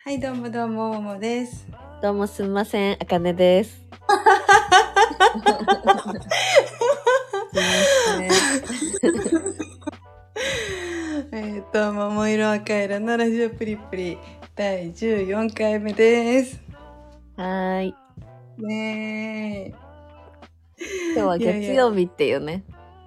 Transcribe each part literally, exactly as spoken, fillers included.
はい、どうもどうも、ももです。 どうもすみません、あかねです。すみません。 えっと、桃色赤色のラジオプリプリだいじゅうよんかいめです。 はーい。 ねえ。 今日は月曜日っていうね。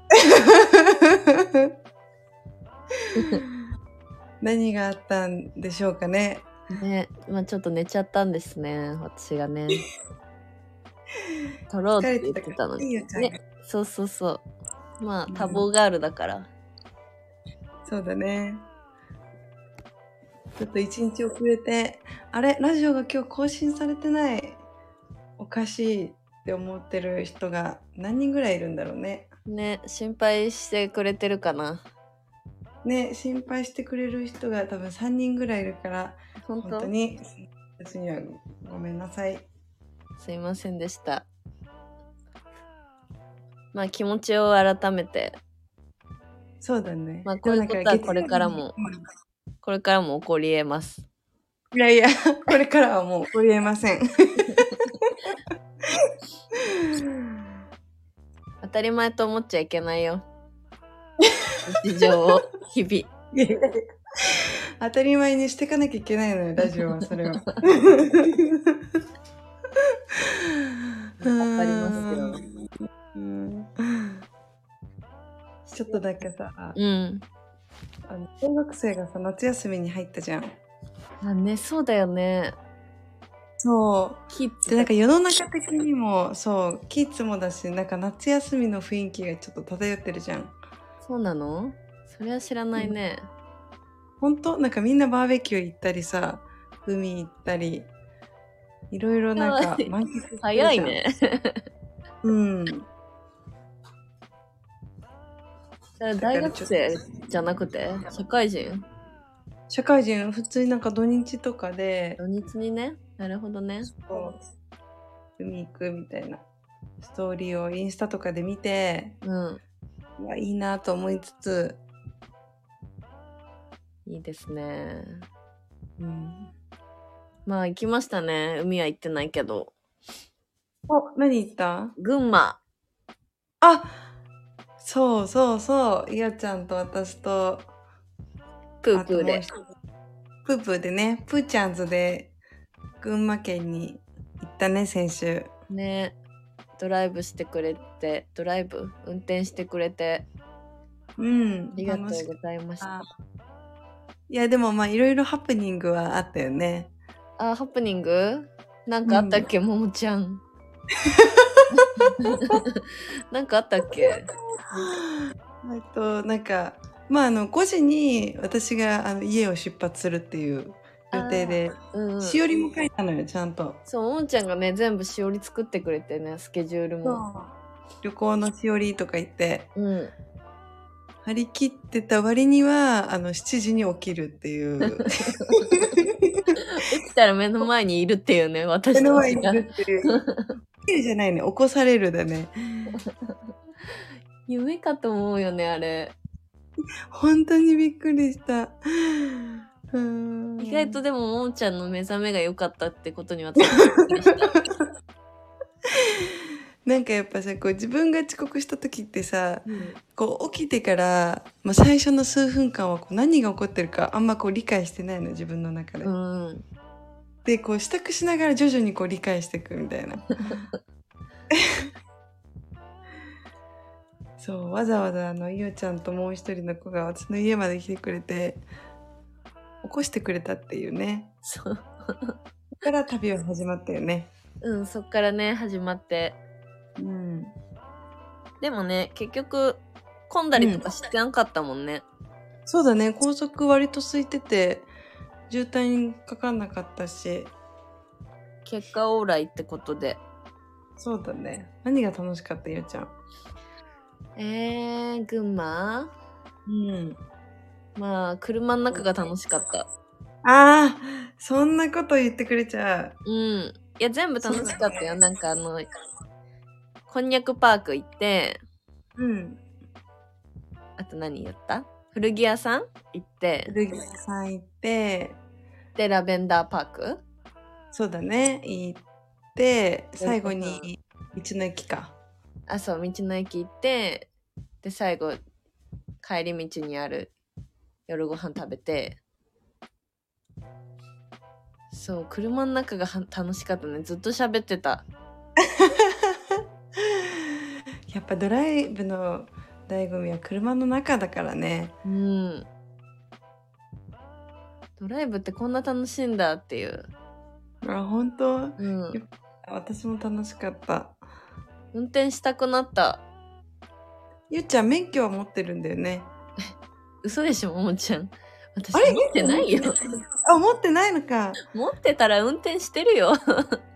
何があったんでしょうかね。 ね、まあちょっと寝ちゃったんですね、私がね。撮ろうって言ってたのに。ね、そうそうそう。まあ多忙ガールだから。 うん、そうだね。ちょっと一日遅れて、あれ、ラジオが今日更新されてない。おかしいって思ってる人が何人ぐらいいるんだろうね。 ね、心配してくれてるかな。 ね、心配してくれる人が多分さんにんぐらいいるから、 本当？ 本当に私にはごめんなさい。 すいませんでした。まあ気持ちを改めて。 そうだね。 まあこういうことはこれからも、これからも起こり得ます。 いやいや、これからはもう起こり得ません。 当たり前と思っちゃいけないよ。日常を、日々。 いやいや当たり前にしていかなきゃいけないのよ、ラジオは、それは。わかりますよ。 うん、ちょっとだけさ、 うん。 あの小学生がさ、夏休みに入ったじゃん。 あ、ね、そうだよね。 そう。で、なんか世の中的にも、そう、キッズもだし、なんか夏休みの雰囲気がちょっと漂ってるじゃん。 そうなの？それは知らないね。 ほんと？なんかみんなバーベキュー行ったりさ、海行ったり、いろいろなんか満喫してるじゃん。 早いね。 うん。 大学生じゃなくて社会人？ 社会人、普通になんか土日とかで。 土日にね。なるほどね。 そう。海行くみたいなストーリーをインスタとかで見て、 うん。 うわ、いいなと思いつつ。 いいですね。 うん。 まあ行きましたね。海は行ってないけど。 お、何行った？ 群馬。 あ、そうそうそう。いやちゃんと私とプープーで。 プープーでね、プーちゃんズで群馬県に行ったね、先週。 ね、ドライブしてくれて、ドライブ運転してくれて。 うん。 ありがとうございました。 いや、でもまあいろいろハプニングはあったよね。 あ、ハプニング？なんかあったっけ、うん、ももちゃん。なんかあったっけ？ えっと、なんか、まああの、ごじに私があの家を出発するっていう予定で、うんうん、しおりも書いたのよ、ちゃんと。 そう、ももちゃんがね、全部しおり作ってくれてね、スケジュールも。 旅行のしおりとか言って。 うん。 張り切ってた割には、あの、しちじに起きるっていう。起きたら目の前にいるっていうね、私たちが。目の前にいるっていう。 起きるじゃないね、起こされるだね。 夢かと思うよね、あれ。 本当にびっくりした。 うん、意外とでも、ももちゃんの目覚めが良かったってことに私はびっくりした。 なんかやっぱさ、こう自分が遅刻した時ってさ、うん、こう起きてから、まあ、最初の数分間はこう何が起こってるかあんまこう理解してないの、自分の中で。うん、で、こう支度しながら徐々にこう理解していくみたいな。そう、わざわざあの、いおちゃんともう一人の子が私の家まで来てくれて、起こしてくれたっていうね。そう。そっから旅は始まったよね。 うん、そっからね、始まって。うん。でもね、結局、混んだりとかしてなかったもんね。うん、 そうだね、高速割と空いてて、渋滞にかかんなかったし。 結果オーライってことで。 そうだね。何が楽しかった、ゆうちゃん。 えー、群馬？うん。まあ、車の中が楽しかった。 ああ、そんなこと言ってくれちゃう。うん。いや、全部楽しかったよ。なんかあの、こんにゃくパーク行って、うん。あと何言った？古着屋さん行って。 古着屋さん行って、 でラベンダーパーク。 そうだね。行って最後に道の駅か。 あ、そう、道の駅行って、で最後帰り道にある夜ご飯食べて。そう、車の中が楽しかったね。ずっと喋ってた。 やっぱドライブの醍醐味は車の中だからね。 うん。ドライブってこんな楽しいんだっていう。 あ、本当？ うん。 私も楽しかった。 運転したくなった。 ゆうちゃん免許は持ってるんだよね。 嘘でしょ、ももちゃん。私持ってないよ。 あ、持ってないのか。 持ってたら運転してるよ。確か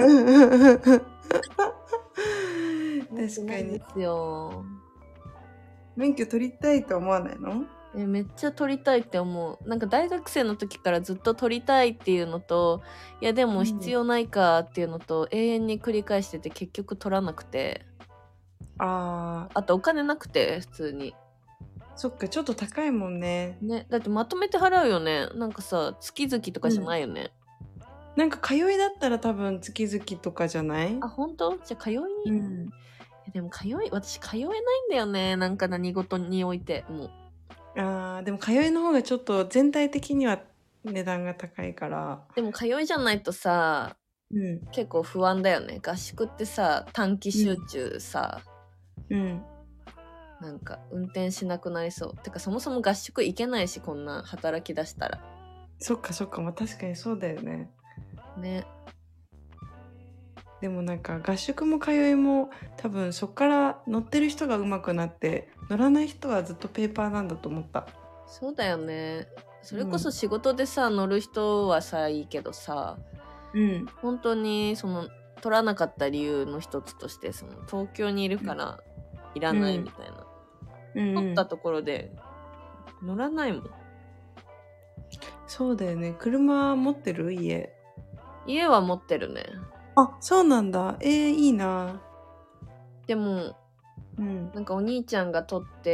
にですよ。 免許取りたいと思わないの？ え、めっちゃ取りたいって思う。なんか大学生の時からずっと取りたいっていうのと、いやでも必要ないかっていうのと、うん、永遠に繰り返してて結局取らなくて。 ああ。 あとお金なくて普通に。 そっか、ちょっと高いもんね。 ね、だってまとめて払うよね。なんかさ、月々とかじゃないよね。 うん、なんか通いだったら多分月々とかじゃない？ あ、本当？じゃあ通い、うん、でも通い、私通えないんだよね。なんか何事においてもう。 あー、でも通いの方がちょっと全体的には値段が高いから。 でも通いじゃないとさ、うん、結構不安だよね。合宿ってさ、短期集中さ、うん、うん、なんか運転しなくなりそう。てかそもそも合宿行けないし、こんな働き出したら。 そっかそっか、まあ確かにそうだよね。ね。でもなんか合宿も通いも多分そっから乗ってる人が上手くなって、乗らない人はずっとペーパーなんだと思った。 そうだよね。それこそ仕事でさ、うん、乗る人はさいいけどさ、うん、本当にその取らなかった理由の一つとして、その東京にいるからいらないみたいな、うん、取ったところで乗らないもん。 そうだよね。車持ってる？家家は持ってるね。 あ、そうなんだ。えー、いいな。 でも、うん、なんかお兄ちゃんが取って、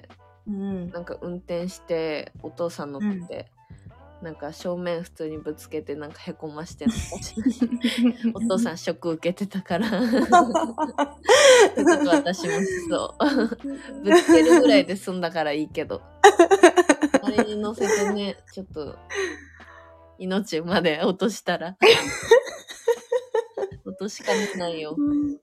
うん、なんか運転してお父さん乗って、うん、なんか正面普通にぶつけてなんかへこましてお父さんショック受けてたからちょっと私もそうぶつけるぐらいで済んだからいいけどあれに乗せてね、ちょっと命まで落としたら落としかねないよ。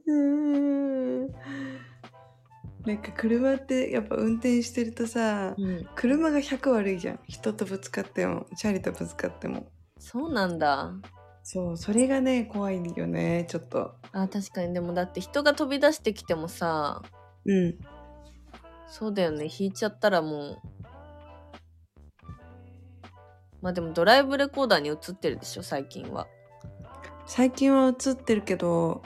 なんか車ってやっぱ運転してるとさ、うん、車がひゃく悪いじゃん。人とぶつかってもチャリとぶつかっても。 そうなんだ。 そう、それがね怖いよね、ちょっと。 あ、確かに。でもだって人が飛び出してきてもさ、うん、そうだよね。引いちゃったらもう。まあでもドライブレコーダーに映ってるでしょ、最近は。 最近は映ってるけど、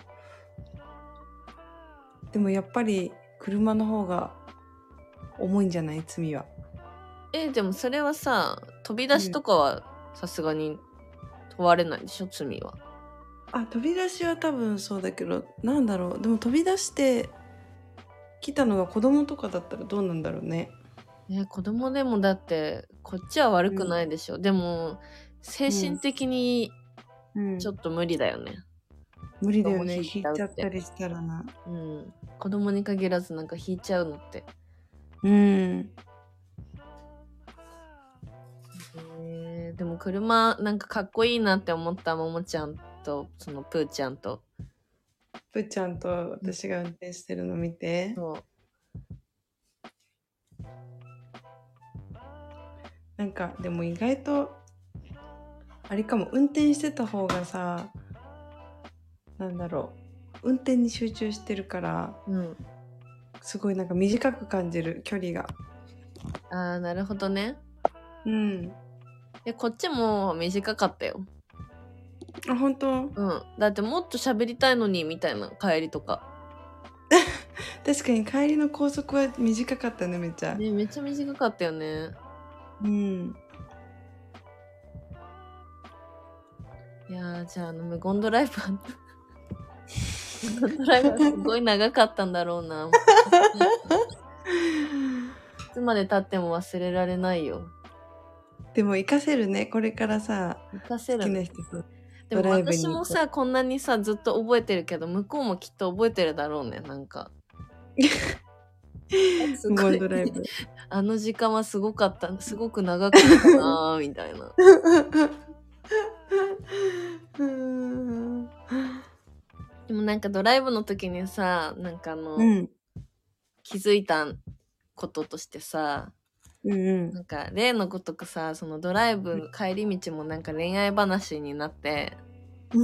でもやっぱり車の方が重いんじゃない？罪は。 え、でもそれはさ、飛び出しとかはさすがに問われないでしょ、罪は。 あ、飛び出しは多分そうだけど、なんだろう。でも飛び出して来たのが子供とかだったらどうなんだろうね。 え、子供でもだってこっちは悪くないでしょ、うん、でも精神的にちょっと無理だよね、 うん、無理だよね。引いちゃったりしたらな。 うん、子供に限らずなんか引いちゃうのってうん。 えー、でも車なんかかっこいいなって思った。ももちゃんとそのプーちゃんとプーちゃんと私が運転してるの見て、そう、なんかでも意外とあれかも、運転してた方がさ、なんだろう、運転に集中してるから、うん、すごいなんか短く感じる、距離が。 あー、なるほどね。 うん。 え、こっちも短かったよ。 あ、本当？ うん。だってもっと喋りたいのにみたいな、帰りとか。 確かに帰りの高速は短かったね、めっちゃ。 ね、めっちゃ短かったよね。うん。いやー、じゃああの無言ドライバー無言ドライバーすごい長かったんだろうな。いつまで経っても忘れられないよ。 でも活かせるね、これからさ、 活かせる。 好きな人とでも私もさ、こんなにさ、ずっと覚えてるけど、向こうもきっと覚えてるだろうね、なんか。すごいドライブ。あの時間はすごかった、すごく長かったなーみたいな。でもなんかドライブの時にさ、なんかあの、うん、気づいたこととしてさ、うんうん、なんか例のごとくさ、そのドライブ帰り道もなんか恋愛話になって、うん、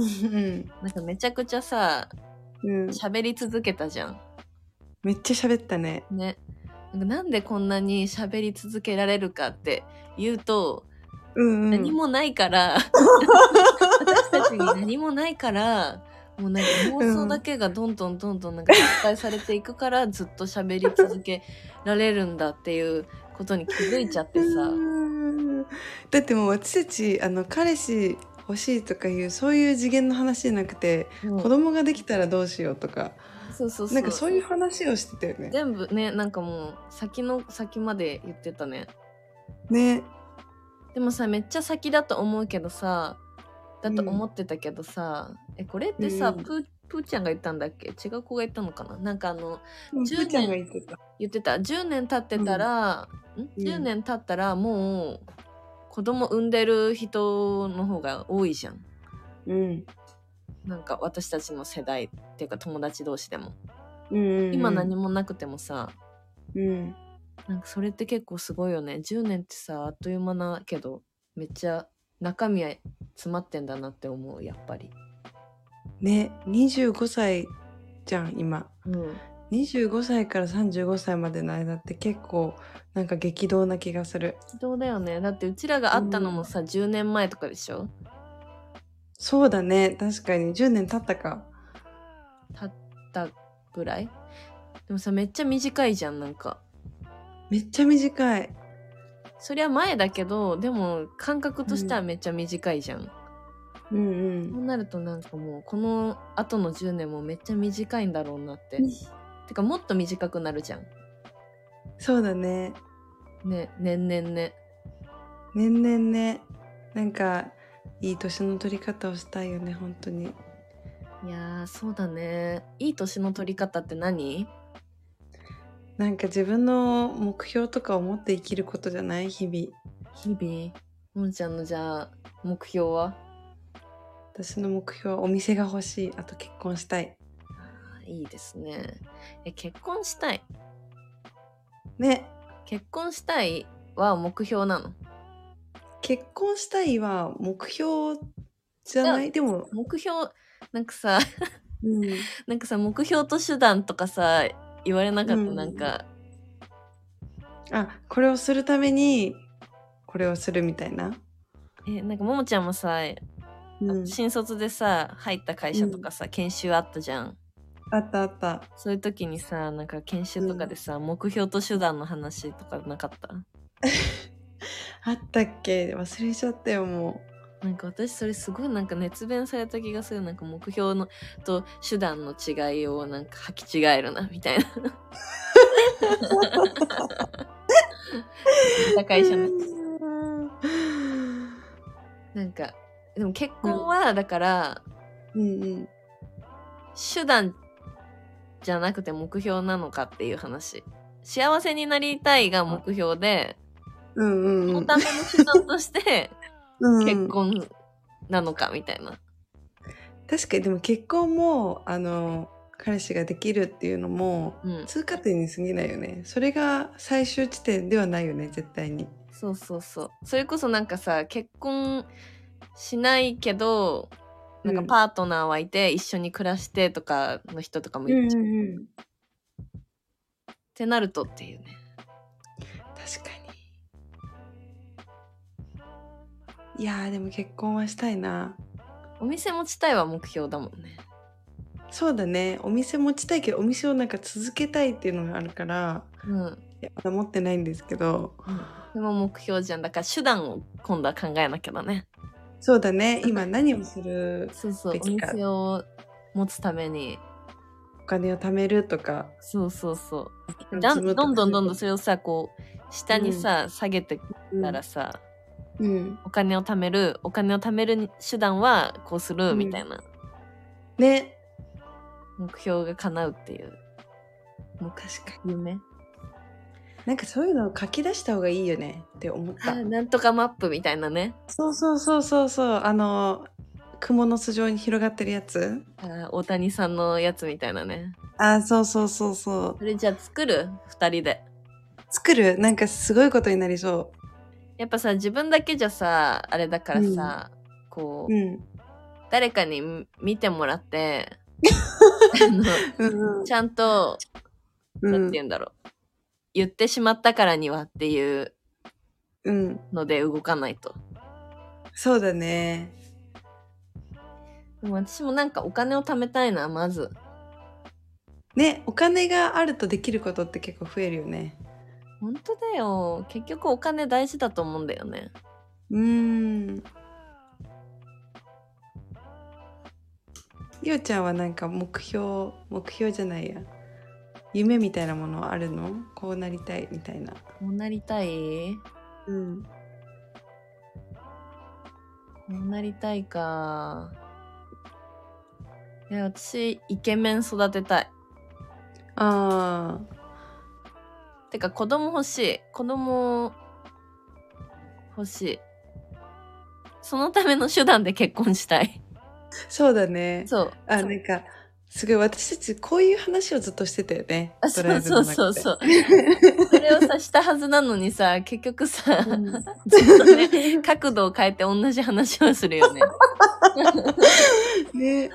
なんかめちゃくちゃさ、喋、うん、り続けたじゃん。 めっちゃ喋ったね。 ね。なんでこんなに喋り続けられるかって言うと、うんうん、何もないから私たちに何もないからもうなんか妄想だけがどんどんどんどんなんか展開されていくからずっと喋り続けられるんだっていうことに気づいちゃってさ。 だってもう私たちあの彼氏欲しいとかいうそういう次元の話じゃなくて、うん、子供ができたらどうしようとか、そうそうそう、なんかそういう話をしてたよね。 全部ね、なんかもう先の先まで言ってたね。 ね。 でもさ、めっちゃ先だと思うけどさ、だと思ってたけどさ、うん、えこれってさ、うん、プープーちゃんが言ったんだっけ？違う子が言ったのかな？なんかあの、 うん、じゅうねんプーちゃんが言ってた。 言ってた。じゅうねん経ってたら、うん、んじゅうねん経ったらもう子供産んでる人の方が多いじゃん。うん。なんか私たちの世代っていうか友達同士でも、うんうんうん、今何もなくてもさ、うん、なんかそれって結構すごいよね。じゅうねんってさあっという間だけどめっちゃ中身は詰まってんだなって思う、やっぱりね。にじゅうごさいじゃん今、うん、にじゅうごさいからさんじゅうごさいまでの間って結構なんか激動な気がする。 激動だよね。だってうちらが会ったのもさ、うん、じゅうねんまえとかでしょ。 そうだね、確かにじゅうねん経ったか。 経ったぐらい。でもさめっちゃ短いじゃん。なんかめっちゃ短い。 そりゃ前だけどでも感覚としてはめっちゃ短いじゃん、うん、うんうん。そうなるとなんかもうこの後のじゅうねんもめっちゃ短いんだろうなって、うん、てかもっと短くなるじゃん。 そうだね。 ね、年々ね。 年々ね。なんかいい年の取り方をしたいよね、本当に。 いやーそうだね。いい年の取り方って何？ なんか自分の目標とかを持って生きることじゃない？日々。 日々。もんちゃんのじゃあ目標は？ 私の目標はお店が欲しい。あと結婚したい。 あ、いいですね。え、結婚したい。 ね。 結婚したいは目標なの？ 結婚したいは目標じゃない？でも目標なんかさ、うん、なんかさ目標と手段とかさ言われなかった、うん、なんかあ、これをするためにこれをするみたいな。 え、なんかももちゃんもさ、うん、新卒でさ入った会社とかさ、うん、研修あったじゃん。 あったあった。 そういう時にさ、なんか研修とかでさ、うん、目標と手段の話とかなかった？ あったっけ？忘れちゃったよもう。なんか私それすごいなんか熱弁された気がする。なんか目標のと手段の違いをなんか履き違えるなみたいな。会社ね。なんかでも結婚はだから、うんうんうん、手段じゃなくて目標なのかっていう話。幸せになりたいが目標で、うんうんうん、そのための手段として結婚なのかみたいな。 確かにでも結婚もあの彼氏ができるっていうのも、うん、通過点に過ぎないよね。それが最終地点ではないよね、絶対に。 そうそうそう。それこそなんかさ、結婚しないけどなんかパートナーはいて、うん、一緒に暮らしてとかの人とかもいるじゃん、うんうんうん、ってなるとっていうね。 確かに。いやーでも結婚はしたいな。 お店持ちたいは目標だもんね。 そうだね。お店持ちたいけどお店をなんか続けたいっていうのがあるから、うん、いやまだ持ってないんですけど、 うん、でも目標じゃん。だから手段を今度は考えなきゃだね。 そうだね。今何をするべきか。 そうそう、お店を持つためにお金を貯めるとか。 そうそうそう。どんどんどんどんそれをさこう下にさ、うん、下げてたらさ、 うん、お金を貯めるお金を貯める手段はこうするみたいな、うん、 ね、 目標が叶うっていうもう確かに夢。 なんかそういうのを書き出した方がいいよねって思った。 あ、なんとかマップみたいなね。 そうそうそうそうそう、あの蜘蛛の巣状に広がってるやつ。 あ、大谷さんのやつみたいなね。 あ、そうそうそうそう。 それじゃあ作る？二人で。 作る？なんかすごいことになりそう。 やっぱさ、自分だけじゃさ、あれだからさ、うん、こう、うん、誰かに見てもらって、あの、うんうん、ちゃんと、なんて言うんだろう、言ってしまったからにはっていうので動かないと。うん、 そうだね。 でも私もなんかお金を貯めたいな、まず。 ね、お金があるとできることって結構増えるよね。 ほんとだよ。結局お金大事だと思うんだよね。 うーん。りおちゃんはなんか目標、目標じゃないや。夢みたいなものあるの？こうなりたいみたいな。こうなりたい？うん。こうなりたいか。いや、私、イケメン育てたい。ああ。てか、子供欲しい。子供欲しい。そのための手段で結婚したい。 そうだね。そう。あ、なんか、すごい私たちこういう話をずっとしてたよね。 あ、そうそうそうそう。それをさ、したはずなのにさ、結局さ、うん、ずっとね、角度を変えて同じ話をするよね。ね。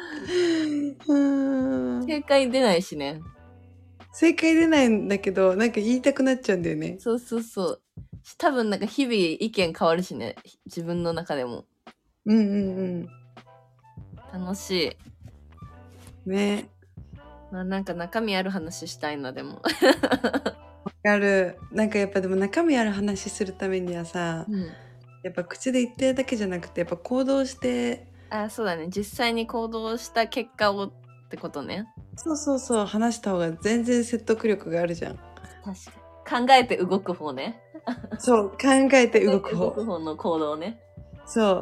正解出ないしね。 正解出ないんだけど、なんか言いたくなっちゃうんだよね。 そうそうそう。多分なんか日々意見変わるしね。自分の中でも。 うんうんうん。 楽しい。ね。まあなんか中身ある話したいな、でも。 わかる。なんかやっぱでも中身ある話するためにはさ、うん、やっぱ口で言ってるだけじゃなくて、やっぱ行動して。 あ、そうだね。実際に行動した結果をってことね。 そうそうそう。話した方が全然説得力があるじゃん。 確かに。考えて動く方ね。 そう。考えて動く方。 動く方の行動ね。 そう。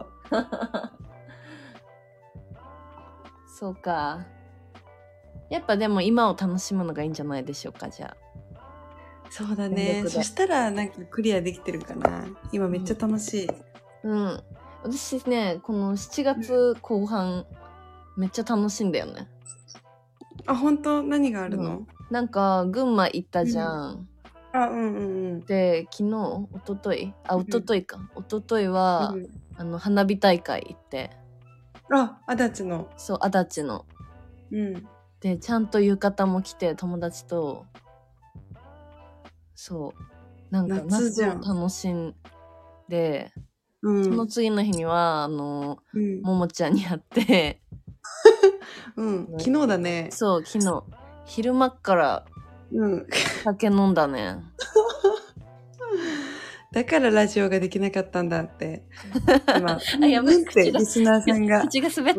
そうか。やっぱでも今を楽しむのがいいんじゃないでしょうか、じゃあ。 そうだね。そしたらなんかクリアできてるかな。今めっちゃ楽しい。 うん。うん、私ね、このしちがつこう半、うん、めっちゃ楽しいんだよね。 あ、本当？何があるの？うん、 なんか群馬行ったじゃん。 うん、あ、うんうんうん。 で、昨日、一昨日あ、一昨日か。一昨日は、うん、あの花火大会行って。 あ、足立の。 そう、足立の。うん。で、ちゃんと浴衣も着て、友達と、そう、なんか夏を楽しんで、うん、その次の日には、あの、うん、ももちゃんに会って、 うん、昨日だね。 そう、昨日。昼間っから、うん、酒飲んだね。 だからラジオができなかったんだって。今、あ、やばいってリスナーさんが。 口が滑った。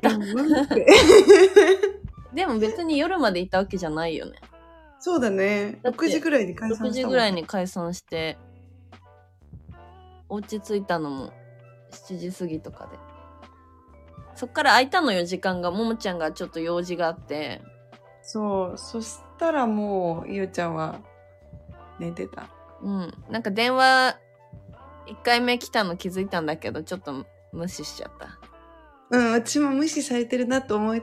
でも別に夜までいたわけじゃないよね。 そうだね。ろくじぐらいに解散したもん。 ろくじぐらいに解散して、お家着いたのもしちじ過ぎとかで。そっから空いたのよ、時間が。ももちゃんがちょっと用事があって。 そう。そしたらもう、いおちゃんは寝てた。 うん。なんか電話、いっかいめ来たの気づいたんだけど、ちょっと無視しちゃった。 うん、私も無視されてるなと思って、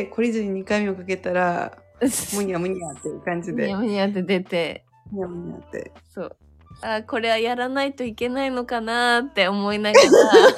懲りずににかいめをかけたら、むにゃむにゃっていう感じで。 むにゃむにゃって出て。 むにゃむにゃって。 そう。あ、これはやらないといけないのかなって思いながら、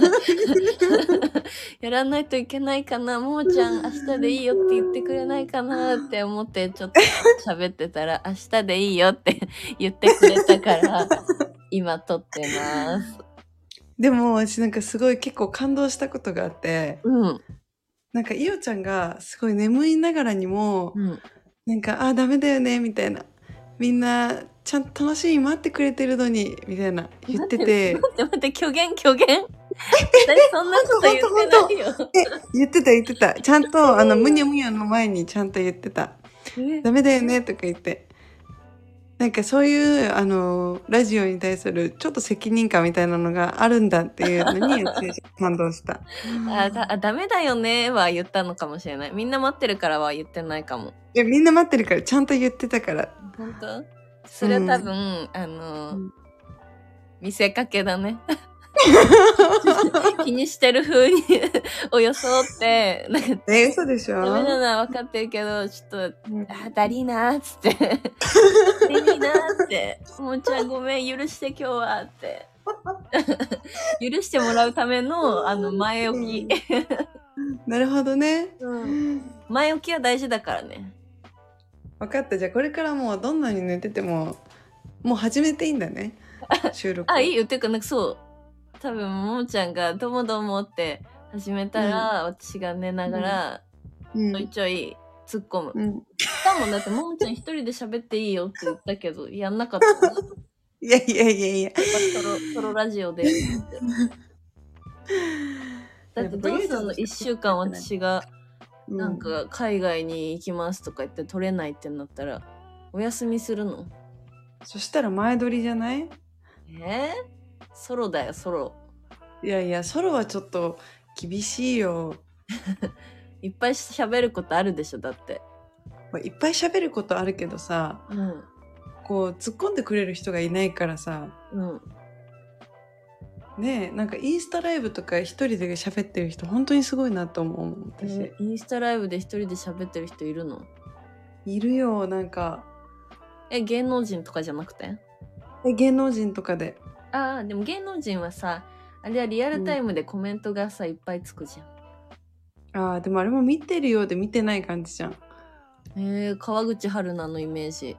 やらないといけないかな、ももちゃん明日でいいよって言ってくれないかなって思って、ちょっと喋ってたら、明日でいいよって言ってくれたから、今撮ってます。 でも私なんかすごい結構感動したことがあって、うん、なんかいおちゃんがすごい眠いながらにも、うん、なんかあダメだよねみたいな、みんなちゃんと楽しみ待ってくれてるのにみたいな言ってて、 待って待って虚言虚言私そんなこと言ってないよ言ってた言ってた、ちゃんとあのむにゃむにゃの前にちゃんと言ってた、ダメだよねとか言って。 なんかそういうあのラジオに対するちょっと責任感みたいなのがあるんだっていうのに感動した。 あだあ、ダメだよねは言ったのかもしれない。みんな待ってるからは言ってないかも。 いやみんな待ってるからちゃんと言ってたから。 本当？それは多分、うん、あの、うん、見せかけだね。気にしてる風におよそってなんかえ嘘でしょ。 ダメなのは分かってるけどちょっと、うん、あだりーなーっつってだりーなーってももちゃんごめん許して今日はって許してもらうためのあの前置き、 うん、なるほどね、 うん、前置きは大事だからね。 分かった。じゃあこれからもうどんなに寝ててももう始めていいんだね収録。 あいいよっていうかなんかそう多分ももちゃんがどうもどうもって始めたら、うん、私が寝ながら、うん、ちょいちょい突っ込む。うん、しかもだってももちゃん一人で喋っていいよって言ったけどやんなかった。 いやいやいやいや。 ソロソロラジオでって。だってどうするの一週間私がなんか海外に行きますとか言って取れないってなったらお休みするの？ そしたら前撮りじゃない？ えー、ソロだよソロ。 いやいやソロはちょっと厳しいよ。 いっぱい喋ることあるでしょだって。 いっぱい喋ることあるけどさ、うん、こう突っ込んでくれる人がいないからさ、うん、ねえなんかインスタライブとか一人で喋ってる人本当にすごいなと思う私、 えー、インスタライブで一人で喋ってる人いるの？ いるよなんか。 え芸能人とかじゃなくて？ え芸能人とかで。 ああでも芸能人はさあれはリアルタイムでコメントがさ、うん、いっぱいつくじゃん。ああでもあれも見てるようで見てない感じじゃん。 えー、川口春奈のイメージ。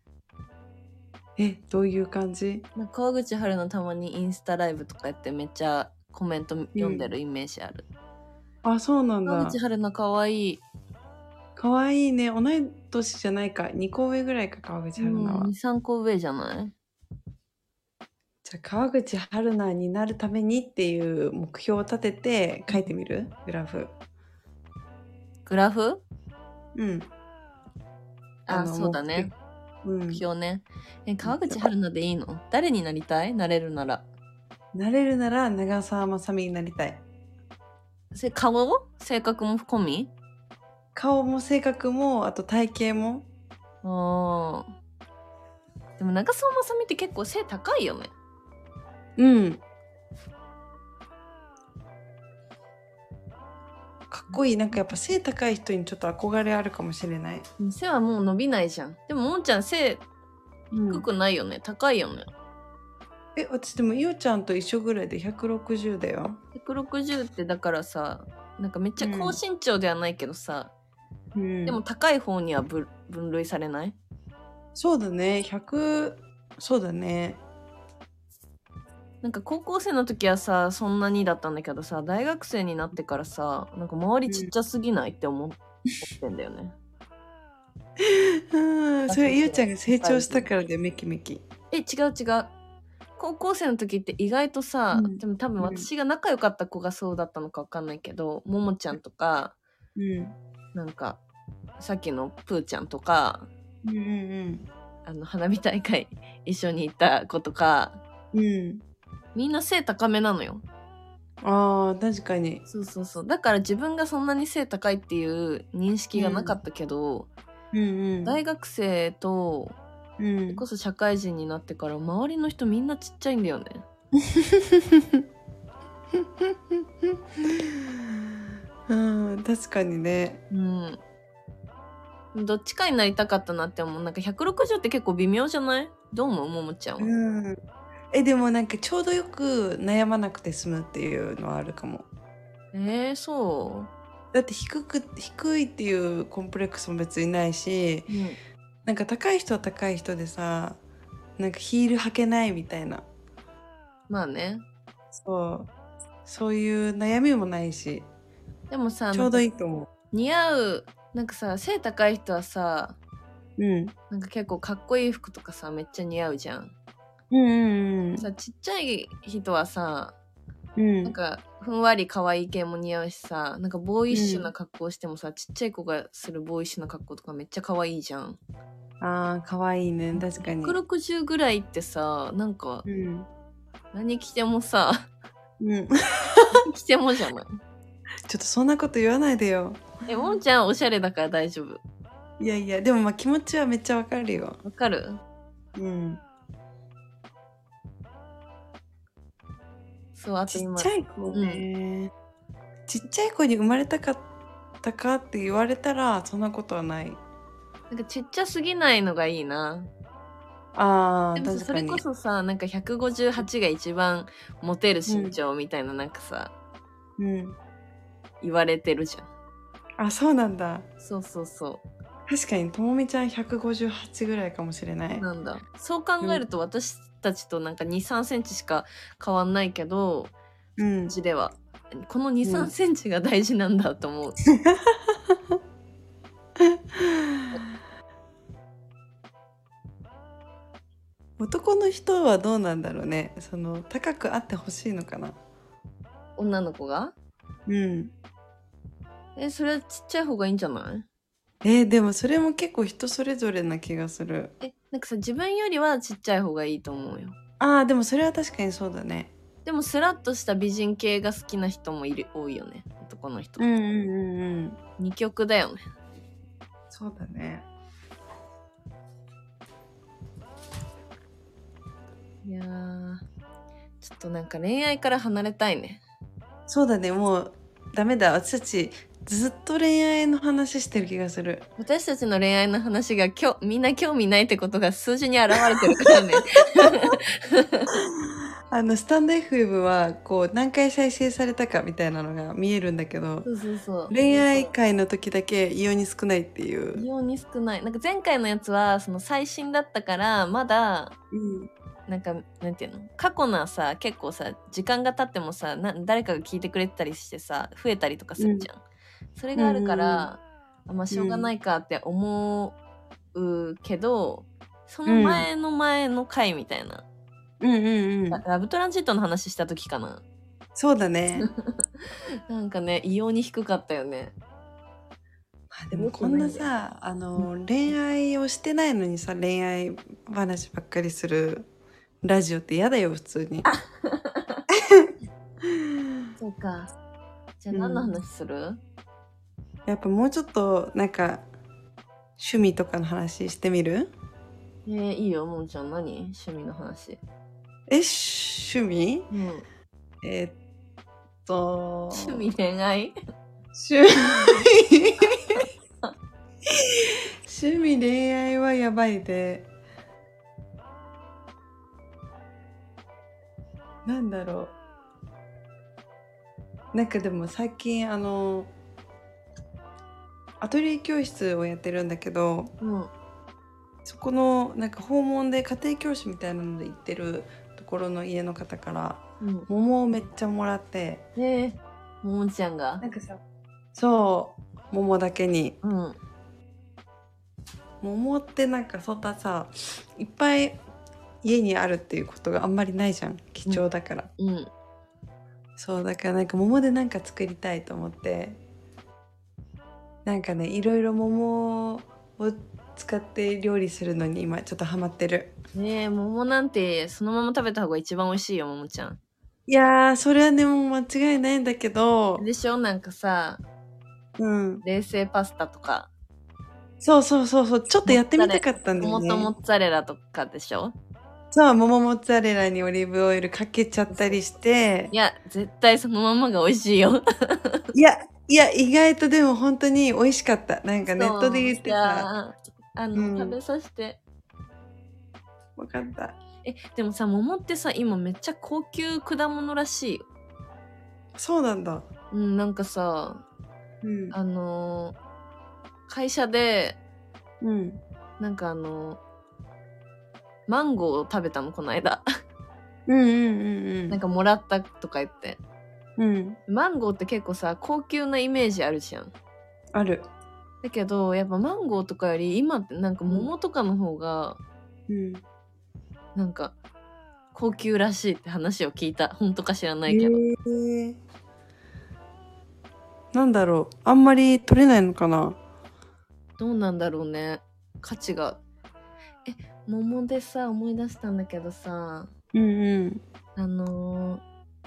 えどういう感じ？ なんか川口春奈たまにインスタライブとかやってめっちゃコメント読んでるイメージある、 うん、あそうなんだ。 川口春奈かわいい。 かわいいね。同い年じゃないかにこ上ぐらいか川口春奈は、うん、 にさんこ上じゃない？ じゃあ川口春奈になるためにっていう目標を立てて書いてみる？グラフ。 グラフ？ うん。 あ、あそうだね。目標ね。え、川口春奈でいいの？誰になりたい？なれるなら。 なれるなら長澤まさみになりたい。 せ顔？性格も込み？ 顔も性格もあと体型も。 ああ。でも長澤まさみって結構背高いよね。 うん。かっこいい。なんかやっぱ背高い人にちょっと憧れあるかもしれない。 背はもう伸びないじゃん。でももんちゃん背低くないよね、うん、高いよね。 え私でもいおちゃんと一緒ぐらいでひゃくろくじゅうだよ。 ひゃくろくじゅうってだからさなんかめっちゃ高身長ではないけどさ、うん、でも高い方には分類されない？ そうだねひゃくそうだね。 なんか高校生の時はさそんなにだったんだけどさ大学生になってからさなんか周りちっちゃすぎないって思ってんだよね。 うん、それゆうちゃんが成長したからでメキメキ。 え違う違う。高校生の時って意外とさ、うん、でも多分私が仲良かった子がそうだったのか分かんないけど、うん、ももちゃんとか、うん、なんかさっきのプーちゃんとか、うんうんうん、あの花火大会一緒に行った子とか、うん、みんな背高めなのよ。 あー確かに。 そうそうそう。だから自分がそんなに背高いっていう認識がなかったけど、うんうんうん、大学生とそれこそ社会人になってから周りの人みんなちっちゃいんだよね。 うん確かにね。 うん。どっちかになりたかったなって思う。なんかひゃくろくじゅうって結構微妙じゃない？どう思うももちゃんは。 うん。えでもなんかちょうどよく悩まなくて済むっていうのはあるかも。 えー、そう？ だって低く低いっていうコンプレックスも別にないし、うん、なんか高い人は高い人でさなんかヒール履けないみたいな。 まあね。 そうそういう悩みもないし。 でもさちょうどいいと思う。 似合うなんかさ背高い人はさ、うん、なんか結構かっこいい服とかさめっちゃ似合うじゃん。うんうんうん。さちっちゃい人はさ、うん、なんかふんわり可愛い系も似合うしさなんかボーイッシュな格好してもさ、うん、ちっちゃい子がするボーイッシュな格好とかめっちゃ可愛いじゃん。 あー、かわいいね。確かに。 ひゃくろくじゅうぐらいってさ、なんか、うん、何着てもさ、うん。何着てもじゃない。 ちょっとそんなこと言わないでよ。 え、もんちゃんおしゃれだから大丈夫。 いやいや、でもまあ気持ちはめっちゃわかるよ。 わかる？ うん。 そう、あと今。 ちっちゃい子ね、うん。ちっちゃい子に生まれたかったかって言われたら、そんなことはない。 なんかちっちゃすぎないのがいいな。 ああ、 でもさ、それこそさ、なんかひゃくごじゅうはちが一番モテる身長みたいな、なんかさ、うん。言われてるじゃん。あ、そうなんだ。 そうそうそう。 確かにともみちゃんひゃくごじゅうはちぐらいかもしれない。 なんだ。そう考えると私たちとなんかに、さんセンチしか変わんないけど、うん。うちでは。このに、さんセンチが大事なんだと思う。 男の人はどうなんだろうね。その高くあってほしいのかな。 女の子が？うん。え、それはちっちゃい方がいいんじゃない？ えー、でもそれも結構人それぞれな気がする。 え、なんかさ、自分よりはちっちゃい方がいいと思うよ。 ああ、でもそれは確かにそうだね。 でもスラッとした美人系が好きな人もいる多いよね、男の人。うんうんうんうん。二極だよね。 そうだね。 いやー、ちょっとなんか恋愛から離れたいね。 そうだね、もうダメだ。私たちずっと恋愛の話してる気がする。 私たちの恋愛の話がきょみんな興味ないってことが数字に現れてるからね。 あのスタンド エフエム はこう何回再生されたかみたいなのが見えるんだけど、 そうそうそう、 恋愛会の時だけ異様に少ないっていう。 異様に少ない。なんか前回のやつはその最新だったからまだ、うん、なんかなんていうの、過去なさ、結構さ時間が経ってもさな誰かが聞いてくれてたりしてさ増えたりとかするじゃん、うん、それがあるから、うん、まあしょうがないかって思うけど、その前の前の回みたいな、うんうんうん、ラブトランジットの話した時かな。 そうだね。 なんかね異様に低かったよね。 あ、でもこんなさ、あの恋愛をしてないのにさ、恋愛話ばっかりするラジオって嫌だよ普通に。 そうか。じゃあ何の話する？うん、 やっぱもうちょっとなんか趣味とかの話してみる？ えー、いいよ、もんちゃん。何趣味の話？ え、趣味？うん、えー、っと趣味恋愛？ 趣味趣味恋愛はやばいで。なんだろう。なんかでも最近あのアトリエ教室をやってるんだけど、うん、そこのなんか訪問で家庭教師みたいなので行ってるところの家の方から、うん、桃をめっちゃもらって。 えー、桃ちゃんが？ なんかさ、そう桃だけに、うん、桃ってなんかそんなさいっぱい家にあるっていうことがあんまりないじゃん、貴重だから、うん、うん、そうだからなんか桃でなんか作りたいと思って、なんかねいろいろ桃を使って料理するのに今ちょっとハマってる。 ねえ、桃なんてそのまま食べた方が一番美味しいよ、桃ちゃん。 いやーそれはねもう間違いないんだけど。 でしょ、なんかさ、うん、冷製パスタとか。 そうそうそうそう、ちょっとやってみたかったんだよね。 桃とモッツァレラとかでしょ。 そう、桃モッツァレラにオリーブオイルかけちゃったりして。 いや絶対そのままが美味しいよ。 いやいや意外とでも本当に美味しかった。なんかネットで言ってた。 あの、うん、食べさせて。 分かった。 え、でもさ、桃ってさ今めっちゃ高級果物らしいよ。 そうなんだ。 うん、なんかさ、うん、あの会社で、うん、なんかあのマンゴーを食べたのこの間。うんうんうんうん。なんかもらったとか言って。うん。マンゴーって結構さ高級なイメージあるじゃん。 ある。 だけどやっぱマンゴーとかより今ってなんか桃とかの方が、うん、なんか高級らしいって話を聞いた。本当か知らないけど。えー、 なんだろう、あんまり取れないのかな。 どうなんだろうね。価値がえ、桃でさ、思い出したんだけどさ、 うんうん。 あのー、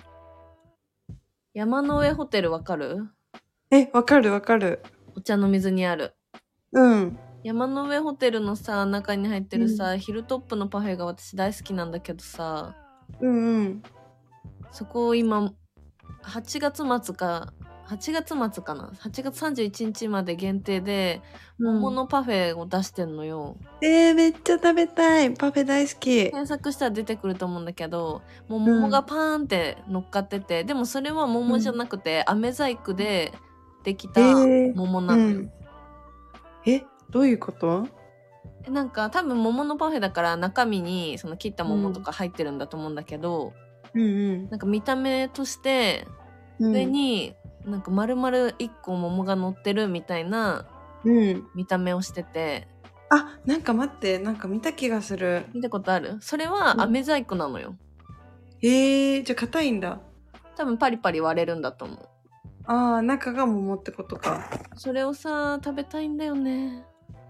山の上ホテルわかる？ え、わかるわかる。 お茶の水にある。 うん。 山の上ホテルのさ、中に入ってるさ、 うん、 ヒルトップのパフェが私大好きなんだけどさ、 うんうん。 そこを今、はちがつ末か、はちがつ末かな ?はち 月さんじゅういちにちまで限定で、桃のパフェを出してんのよ。 うん、えー、めっちゃ食べたい。パフェ大好き。 検索したら出てくると思うんだけど、もう桃がパーンって乗っかってて、うん、でもそれは桃じゃなくて、うん、飴細工でできた桃なのよ。えーうん、 え、どういうこと？ なんか多分桃のパフェだから中身にその切った桃とか入ってるんだと思うんだけど、 うんうん、 なんか見た目として上になんか丸々いっこ桃が乗ってるみたいな見た目をしてて、 うん、あ、なんか待って、なんか見た気がする。 見たことある？それは飴細工なのよ。 うん、えー、じゃあ硬いんだ。 多分パリパリ割れるんだと思う。 ああ、中が桃ってことか。 それをさ、食べたいんだよね。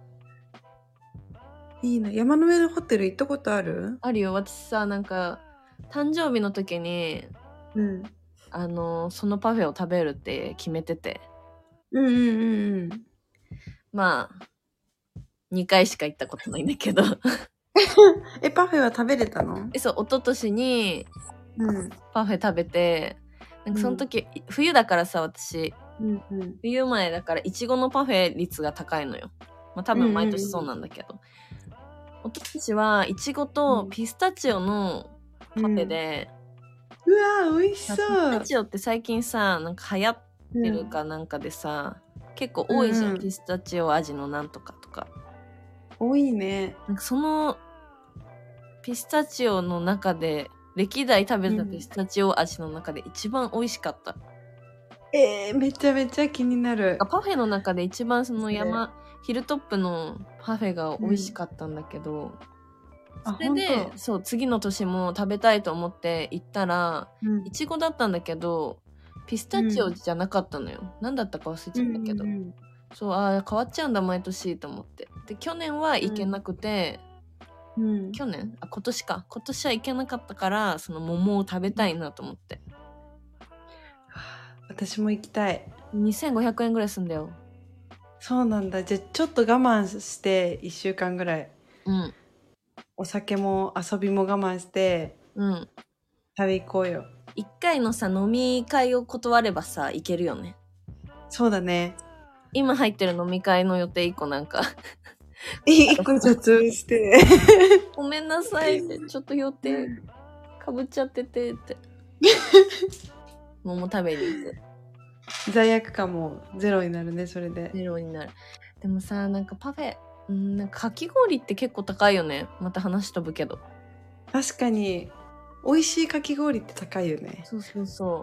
いいな。山の上のホテル行ったことある？ あるよ。私さ、なんか誕生日の時に、 うん、 あのそのパフェを食べるって決めてて。 うんうんうんうん。 まあにかいしか行ったことないんだけどえ、パフェは食べれたの？ え、そう、一昨年にパフェ食べて、うん、なんかその時、うん、冬だからさ、私、うんうん、冬前だからいちごのパフェ率が高いのよ。まあ多分毎年そうなんだけど、うんうんうん、一昨年はいちごとピスタチオのパフェで、 うん、うわー美味しそう。ピスタチオって最近さ、なんか流行ってるかなんかでさ、うん、結構多いじゃん、うんうん、ピスタチオ味のなんとかとか。 多いね。 なんかそのピスタチオの中で歴代食べたピスタチオ味の中で一番美味しかった。 うん、えー、めちゃめちゃ気になる。 パフェの中で一番その山ヒルトップのパフェが美味しかったんだけど、うん、それでそう次の年も食べたいと思って行ったら、うん、いちごだったんだけどピスタチオじゃなかったのよ。うん、何だったか忘れちゃったけど、うんうん、そうああ変わっちゃうんだ毎年と思って。で去年は行けなくて、うん、去年あ今年か今年は行けなかったからその桃を食べたいなと思って、うん、 私も行きたい。 にせんごひゃくえんぐらいすんだよ。 そうなんだ。じゃあちょっと我慢していっしゅうかんぐらい、うん、お酒も遊びも我慢して、うん、食べ行こうよ。 一回のさ飲み会を断ればさ行けるよね。 そうだね。 今入ってる飲み会の予定いっこなんかいっこ雑してごめんなさいってちょっと予定かぶっちゃっててって桃食べに行く。 罪悪感もゼロになるね。それでゼロになる。でもさなんかパフェんなんかかき氷って結構高いよね。また話飛ぶけど確かに美味しいかき氷って高いよね。 そうそうそう。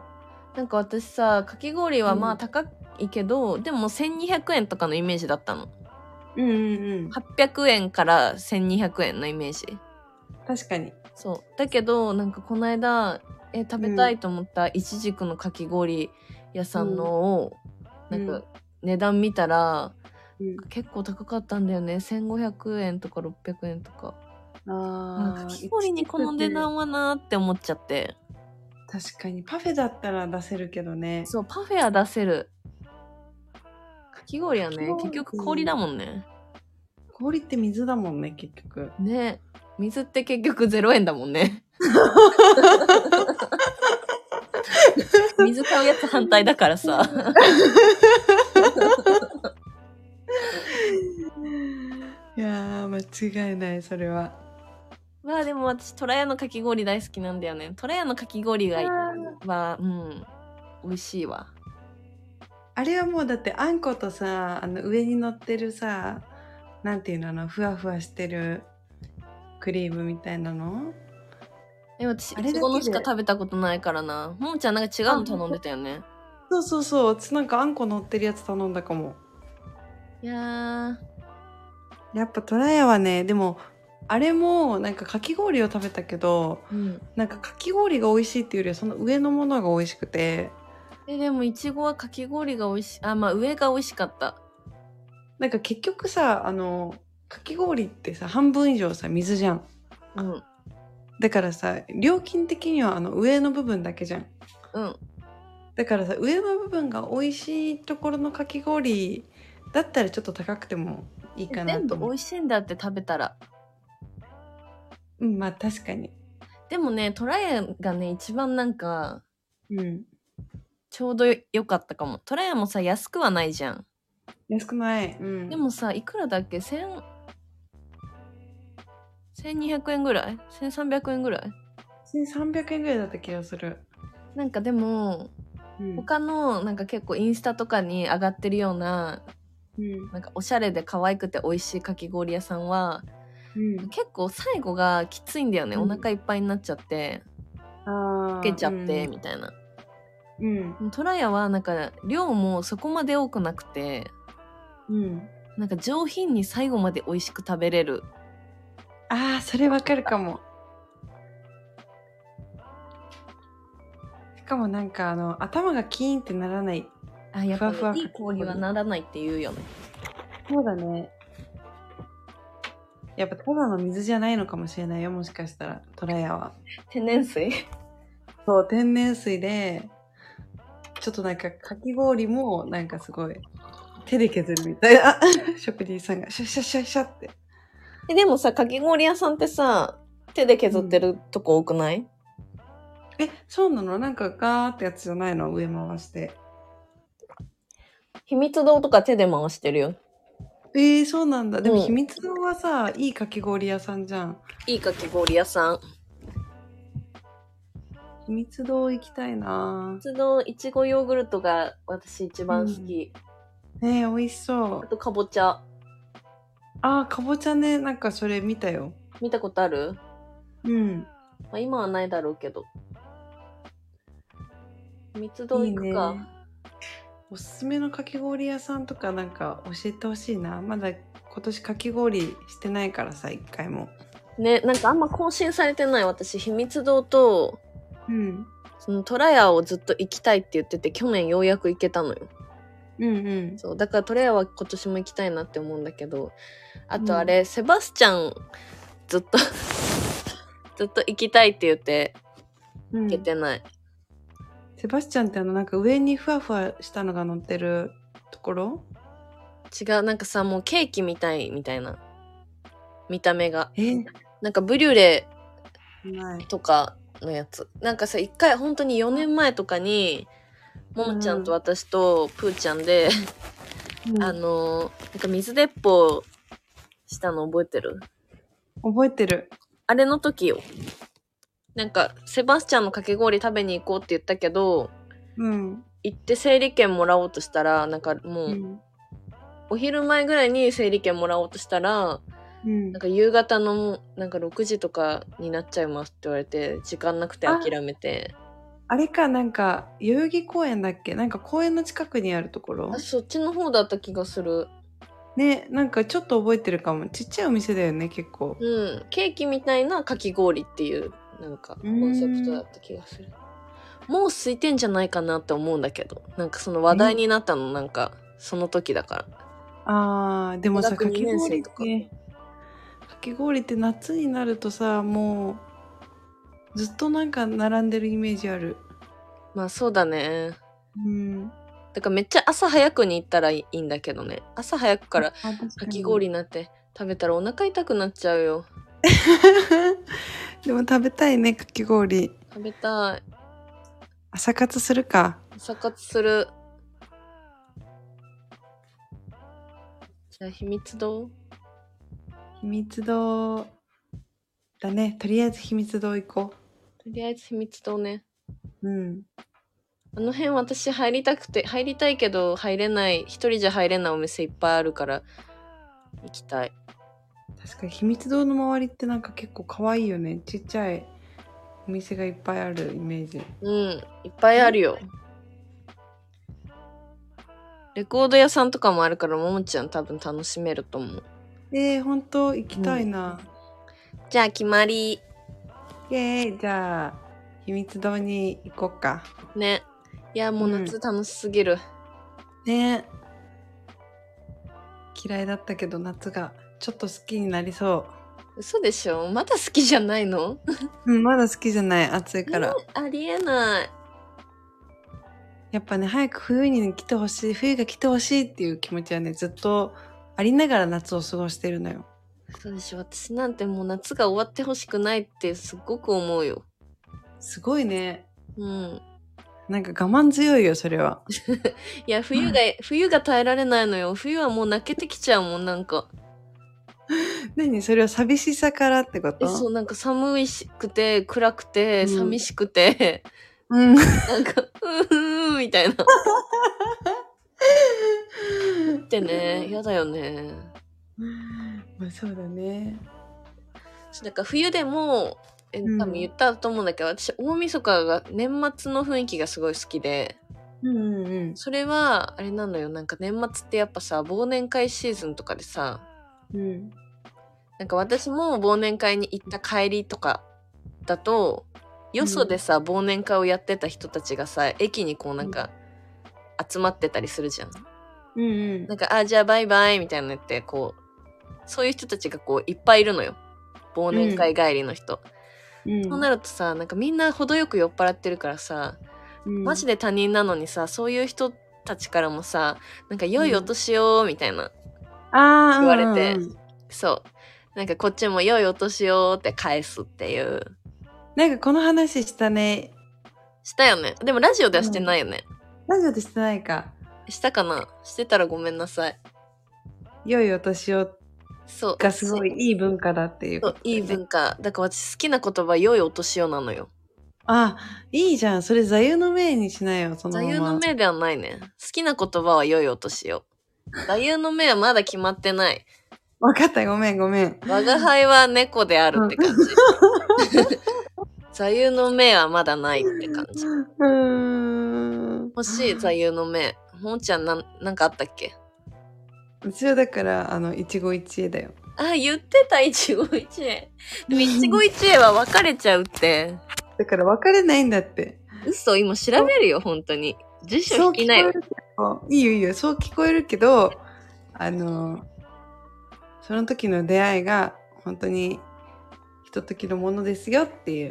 なんか私さかき氷はまあ高いけど、うん、でもせんにひゃくえんとかのイメージだったの。うんうんうん、はっぴゃくえんからせんにひゃくえんのイメージ。 確かに。 そうだけどなんかこの間え食べたいと思ったいちじくのかき氷屋さんのを、うん、なんか値段見たら、うん、結構高かったんだよね。せんごひゃくえんとかろっぴゃくえんとか。あかき氷にこの値段はなーって思っちゃって。 確かにパフェだったら出せるけどね。 そうパフェは出せる。かき氷はね結局氷だもんね。 氷って水だもんね結局ね。水って結局ゼロえんだもんね水買うやつ反対だからさいやー間違いないそれは。 まあでも私トラヤのかき氷大好きなんだよね。トラヤのかき氷がはうん美味しいわ。 あれはもうだってあんことさあの上に乗ってるさなんていうのあのふわふわしてるクリームみたいなの。 え私いちごのしか食べたことないからな。ももちゃんなんか違うの頼んでたよね。 そうそうそう私なんかあんこ乗ってるやつ頼んだかも。 いやーやっぱトラヤはねでもあれもなんかかき氷を食べたけど、うん、なんかかき氷が美味しいっていうよりはその上のものが美味しくて。 えでもいちごはかき氷が美味しい。あまあ上が美味しかった。 なんか結局さあのかき氷ってさ半分以上さ水じゃん。 うん。 だからさ料金的にはあの上の部分だけじゃん。 うん。 だからさ上の部分が美味しいところのかき氷だったらちょっと高くてもいいかなと思う。 全部美味しいんだって食べたら。 うんまあ確かに。 でもねトラヤがね一番なんか、 うん、 ちょうど良かったかも。トラヤもさ安くはないじゃん。 安くない。うん、 でもさいくらだっけ千せんにひゃくえんぐらいせんさんびゃくえんぐらいせんさんびゃくえんぐらいだった気がする。 なんかでも、うん、他のなんか結構インスタとかに上がってるような、うん、なんかおしゃれで可愛くて美味しいかき氷屋さんは、うん、結構最後がきついんだよね、うん、お腹いっぱいになっちゃって溶けちゃって、うん、みたいな。うん、トラヤはなんか量もそこまで多くなくて、うん、なんか上品に最後まで美味しく食べれる。 あーそれわかるかも。しかもなんかあの頭がキーンってならない。 あ、やっぱ、ね、ふわふわいい氷はならないって言うよね。 そうだね。やっぱただの水じゃないのかもしれないよ、もしかしたらトラヤは。 天然水？ そう、天然水でちょっとなんかかき氷もなんかすごい手で削るみたいな職人さんがシャシャシャシャって。 えでもさかき氷屋さんってさ手で削ってるとこ多くない？ うん、えそうなの？なんかガーってやつじゃないの？上回して。 秘密堂とか手で回してるよ。 えー、そうなんだ。でも秘密堂はさ、うん、いいかき氷屋さんじゃん。 いいかき氷屋さん。 秘密堂行きたいな。 秘密堂いちごヨーグルトが私一番好き。 うん、ねえ美味しそう。 あとかぼちゃ。 あーかぼちゃね、なんかそれ見たよ。 見たことある？ うん。 まあ、今はないだろうけど。秘密堂行くか。いいね。 おすすめのかき氷屋さんとかなんか教えてほしいな。まだ今年かき氷してないからさ、一回も。 ね、なんかあんま更新されてない。私、秘密堂と、 うん。 そのトラヤをずっと行きたいって言ってて、去年ようやく行けたのよ。 うんうん。 そう、だからトラヤは今年も行きたいなって思うんだけど、あとあれ、うん、セバスチャン、ずっと、ずっと行きたいって言って、行けてない。うん、 セバスチャンってあのなんか上にふわふわしたのが乗ってるところ？ 違う、なんかさもうケーキみたいみたいな見た目が。 えなんかブリュレとかのやつ。なんかさ一回本当によねんまえとかにももちゃんと私とプーちゃんで、うん、あのなんか水鉄砲したの覚えてる？ 覚えてる。 あれの時よ。なんか、セバスチャンのかき氷食べに行こうって言ったけど、うん、行って整理券もらおうとしたら、なんかもう、うん、お昼前ぐらいに整理券もらおうとしたら、うん、なんか夕方のなんかろくじとかになっちゃいますって言われて、時間なくて諦めて。 あ, あれか、なんか、代々木公園だっけ？なんか公園の近くにあるところ？ あ、そっちの方だった気がする。 ね、なんかちょっと覚えてるかも。ちっちゃいお店だよね、結構。 うん、ケーキみたいなかき氷っていう。なんかコンセプトだった気がする。もう空いてんじゃないかなって思うんだけど、なんかその話題になったのなんかその時だから。 あーでもさかき氷ってかき氷って夏になるとさもうずっとなんか並んでるイメージある。 まあそうだね。うん。だからめっちゃ朝早くに行ったらいいんだけどね。朝早くからかき氷になって食べたらお腹痛くなっちゃうよ。 でも食べたいね、かき氷。 食べたい。 朝活するか。 朝活する。じゃあ秘密堂？ 秘密堂だね。とりあえず秘密堂行こう。とりあえず秘密堂ね。 うん。 あの辺私入りたくて、入りたいけど入れない、一人じゃ入れないお店いっぱいあるから行きたい。 確かに秘密堂の周りってなんか結構可愛いよね。ちっちゃいお店がいっぱいあるイメージ。 うん、いっぱいあるよ。レコード屋さんとかもあるからももちゃん多分楽しめると思う。 えー、ほんと行きたいな。うん、 じゃあ決まり。 イエーイ、じゃあ秘密堂に行こっか。 ね。いやもう夏楽しすぎる。 うん、ね。嫌いだったけど夏がちょっと好きになりそう。 嘘でしょ？まだ好きじゃないの？ うん、まだ好きじゃない。暑いから。 えー、ありえない。 やっぱね、早く冬に来てほしい、冬が来てほしいっていう気持ちはね、ずっとありながら夏を過ごしてるのよ。 そうでしょ。私なんてもう夏が終わってほしくないってすっごく思うよ。 すごいね。 うん。 なんか我慢強いよ、それは。 いや、冬が、冬が耐えられないのよ。冬はもう泣けてきちゃうもん、なんか。 何それは寂しさからってこと？ え、そう、なんか寒くて、暗くて、うん、寂しくて、 うん。 なんか、うーん、みたいな。ってね、やだよね。 まあそうだね。 だから冬でも、え、多分言ったと思うんだけど、うん、私、大晦日が年末の雰囲気がすごい好きで、 うんうんうん、 それは、あれなのよ、なんか年末ってやっぱさ、忘年会シーズンとかでさ、うん、なんか私も忘年会に行った帰りとかだと、よそでさ、うん、忘年会をやってた人たちがさ、駅にこうなんか、集まってたりするじゃん。うんうん。なんか、あ、じゃあバイバイみたいなのって、こう、そういう人たちがこう、いっぱいいるのよ。忘年会帰りの人。うん、そうなるとさ、なんかみんな程よく酔っ払ってるからさ、うん、マジで他人なのにさ、そういう人たちからもさ、なんか良いお年をみたいな、 あ、 言われて、うんうん、そう。なんかこっちも良いお年をって返すっていう。 なんかこの話したね。 したよね。でもラジオではしてないよね。 うん、ラジオでしてないか。 したかな？してたらごめんなさい。 良いお年をがすごいいい文化だっていうこと、ね、 そう、いい文化。だから私好きな言葉、良いお年をなのよ。 あ、いいじゃん。それ座右の銘にしなよ、そのまま。 座右の銘ではないね。好きな言葉は良いお年を。座右の銘はまだ決まってない。 わかった、ごめんごめん。 我が輩は猫であるって感じ。座右の銘はまだないって感じ。うーん。欲しい座右の銘。もんちゃんなん、なんかあったっけ？ うちはだから、あの、一期一会だよ。 あ、言ってた、一期一会。でも一期一会は別れちゃうって。 だから別れないんだって。 嘘、今調べるよ、本当に。辞書引きなよ。 いいよいいよ、そう聞こえるけど、あの、その時の出会いが本当にひとときのものですよっていう。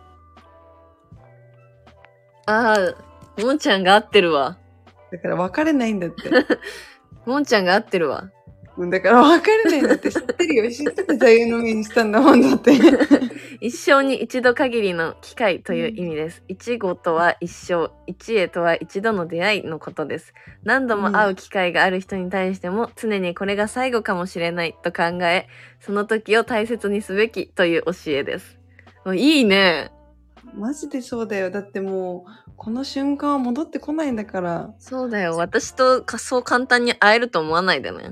ああ、もんちゃんが合ってるわ。 だから別れないんだって。 もんちゃんが合ってるわ。 だから別れないんだって知ってるよ。知ってて座右の銘にしたんだもんだって。 一生に一度限りの機会という意味です。一期とは一生、一会とは一度の出会いのことです。何度も会う機会がある人に対しても、常にこれが最後かもしれないと考え、その時を大切にすべきという教えです。いいね。 マジでそうだよ。だってもう、この瞬間は戻ってこないんだから。 そうだよ。私とそう簡単に会えると思わないでね。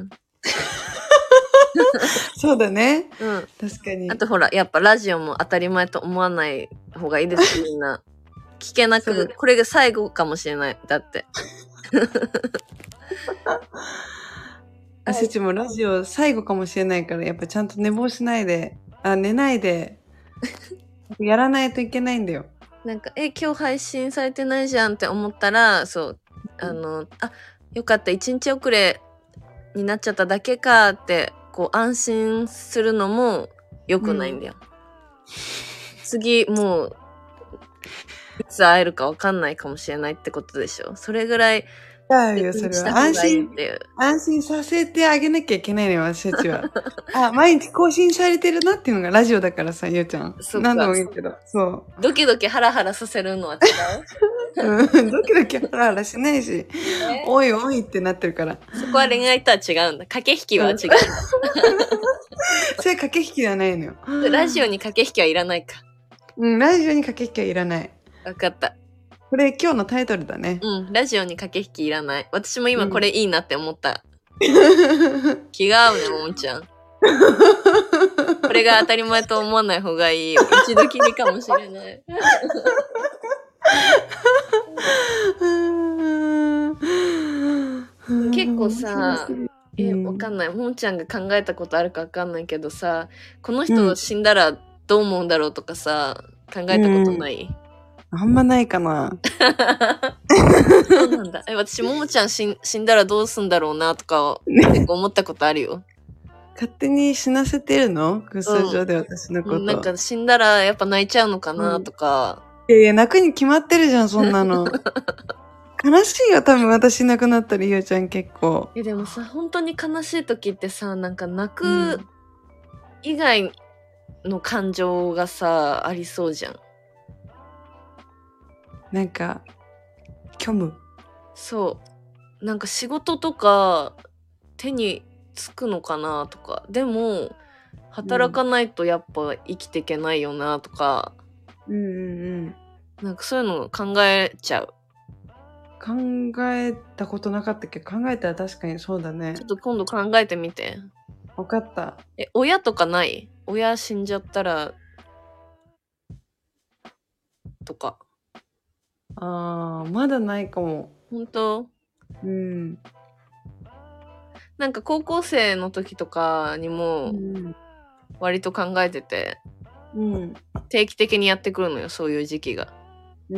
そうだね。 うん。 確かに。 あとほら、やっぱラジオも当たり前と思わない方がいいですよ、みんな。聞けなく、これが最後かもしれない。だって。 あせちもラジオ最後かもしれないから、やっぱちゃんと寝坊しないで、あ、寝ないで、やらないといけないんだよ。 なんか、え、今日配信されてないじゃんって思ったら、そう、あの、あ、よかった、一日遅れになっちゃっただけかって、こう安心するのも良くないんだよ。うん、次、もう、いつ会えるか分かんないかもしれないってことでしょ。それぐらい、 だよ、それは。安心、安心させてあげなきゃいけないのよ、私たちは。あ、毎日更新されてるなっていうのがラジオだからさ、ゆうちゃん。何度も言うけど。そう。 ドキドキハラハラさせるのは違ううん、ドキドキハラハラしないし、おいおいってなってるから。 そこは恋愛とは違うんだ。駆け引きは違うんだ。 それ駆け引きではないのよ。 ラジオに駆け引きはいらないか。 うん、ラジオに駆け引きはいらない。 わかった。 これ今日のタイトルだね。 うん、ラジオに駆け引きいらない。私も今これいいなって思った。うん、気が合うね、もんちゃん。これが当たり前と思わない方がいいよ。一度きりかもしれない。結構さ、え、わかんない。もんちゃんが考えたことあるかわかんないけどさ、この人死んだらどう思うんだろうとかさ、考えたことない？ うん、あんまないかな。 そうなんだ。え、私、ももちゃん死ん、死んだらどうすんだろうなとか、結構思ったことあるよ。 勝手に死なせてるの？空想上で私のこと、 うん。なんか死んだらやっぱ泣いちゃうのかなとか。 うん、いやいや、泣くに決まってるじゃん、そんなの。悲しいよ、多分私亡くなったら、ゆうちゃん結構。 え、でもさ、本当に悲しい時ってさ、なんか泣く以外の感情がさ、ありそうじゃん。 なんか、虚無。 そう。なんか仕事とか手につくのかなとか。でも、働かないとやっぱ生きていけないよなとか。 うんうんうん。 なんかそういうの考えちゃう。 考えたことなかったけど、考えたら確かにそうだね。 ちょっと今度考えてみて。 わかった。 え、親とかない？親死んじゃったら、とか。 あー、まだないかも。 ほんと？ うん。 なんか高校生の時とかにも、割と考えてて、うん、定期的にやってくるのよ、そういう時期が。うん、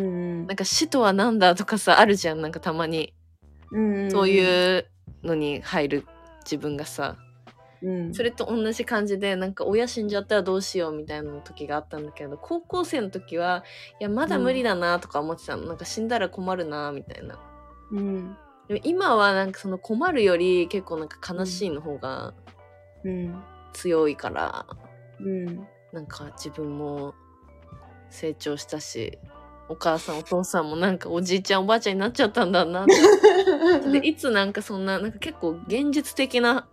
なんか死とはなんだとかさ、あるじゃん、なんかたまに。うんうん、そういうのに入る自分がさ、うん、それと同じ感じで、なんか親死んじゃったらどうしようみたいな時があったんだけど、高校生の時は、いや、まだ無理だなとか思ってたの。うん、なんか死んだら困るなみたいな。うん、でも今はなんかその困るより結構なんか悲しいの方が強いから、うん、なんか自分も成長したし、お母さんお父さんもなんかおじいちゃんおばあちゃんになっちゃったんだなってでいつなんかそんななんか結構現実的な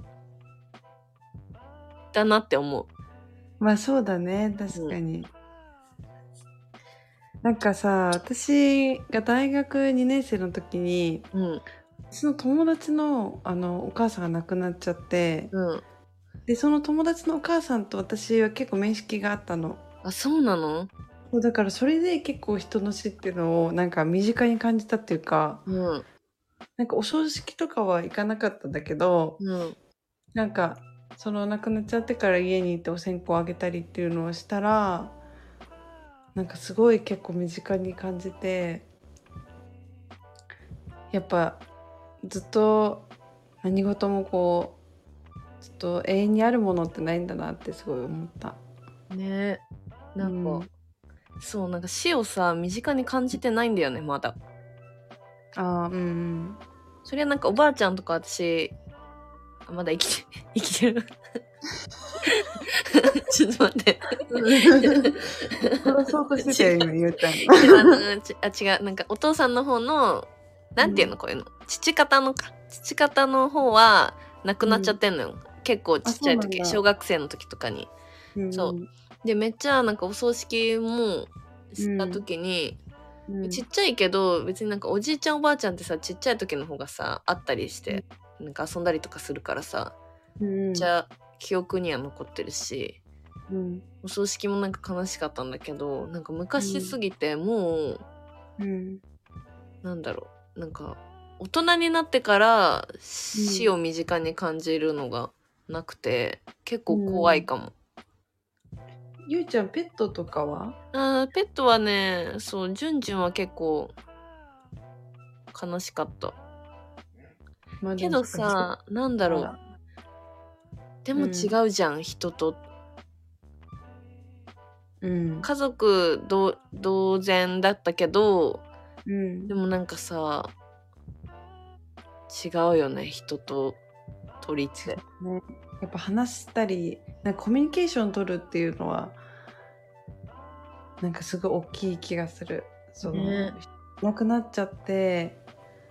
だなって思う。 まあそうだね、確かに、うん、なんかさ、私が大学にねん生の時に、うん、私の友達のあのお母さんが亡くなっちゃって、うん、でその友達のお母さんと私は結構面識があったの。 あ、そうなの？ だからそれで結構人の死っていうのをなんか身近に感じたっていうか、うん、なんかお葬式とかは行かなかったんだけど、うん、なんかその亡くなっちゃってから家に行ってお線香あげたりっていうのをしたら、なんかすごい結構身近に感じて、やっぱずっと何事もこうずっと永遠にあるものってないんだなってすごい思った。 ね、なんか、うん、そうなんか死をさ身近に感じてないんだよねまだ。 ああ、うんうん。 それはなんかおばあちゃんとか私まだ生きて生きてるちょっと待って殺そうとしてたよ今言ったのあ違う、なんかお父さんの方のなんていうの、うん、こういうの父方のか父方の方は亡くなっちゃってんのよ、うん、結構ちっちゃい時小学生の時とかに、うん、そうでめっちゃなんかお葬式もした時に、うん、ちっちゃいけど別になんかおじいちゃんおばあちゃんってさちっちゃい時の方がさあったりして、うん、なんか遊んだりとかするからさ、うん、めっちゃ記憶には残ってるし、うん、お葬式もなんか悲しかったんだけどなんか昔すぎてもう、うん、なんだろうなんか大人になってから死を身近に感じるのがなくて、うん、結構怖いかも。 ゆうちゃんペットとかは？ あペットはねそうジュンジュンは結構悲しかった、まあ、けどさなんだろうでも違うじゃん、うん、人と、うん、家族同然だったけど、うん、でもなんかさ違うよね人と鳥って、 ね、やっぱ話したりなんかコミュニケーション取るっていうのはなんかすごい大きい気がする。その、ね、亡くなっちゃって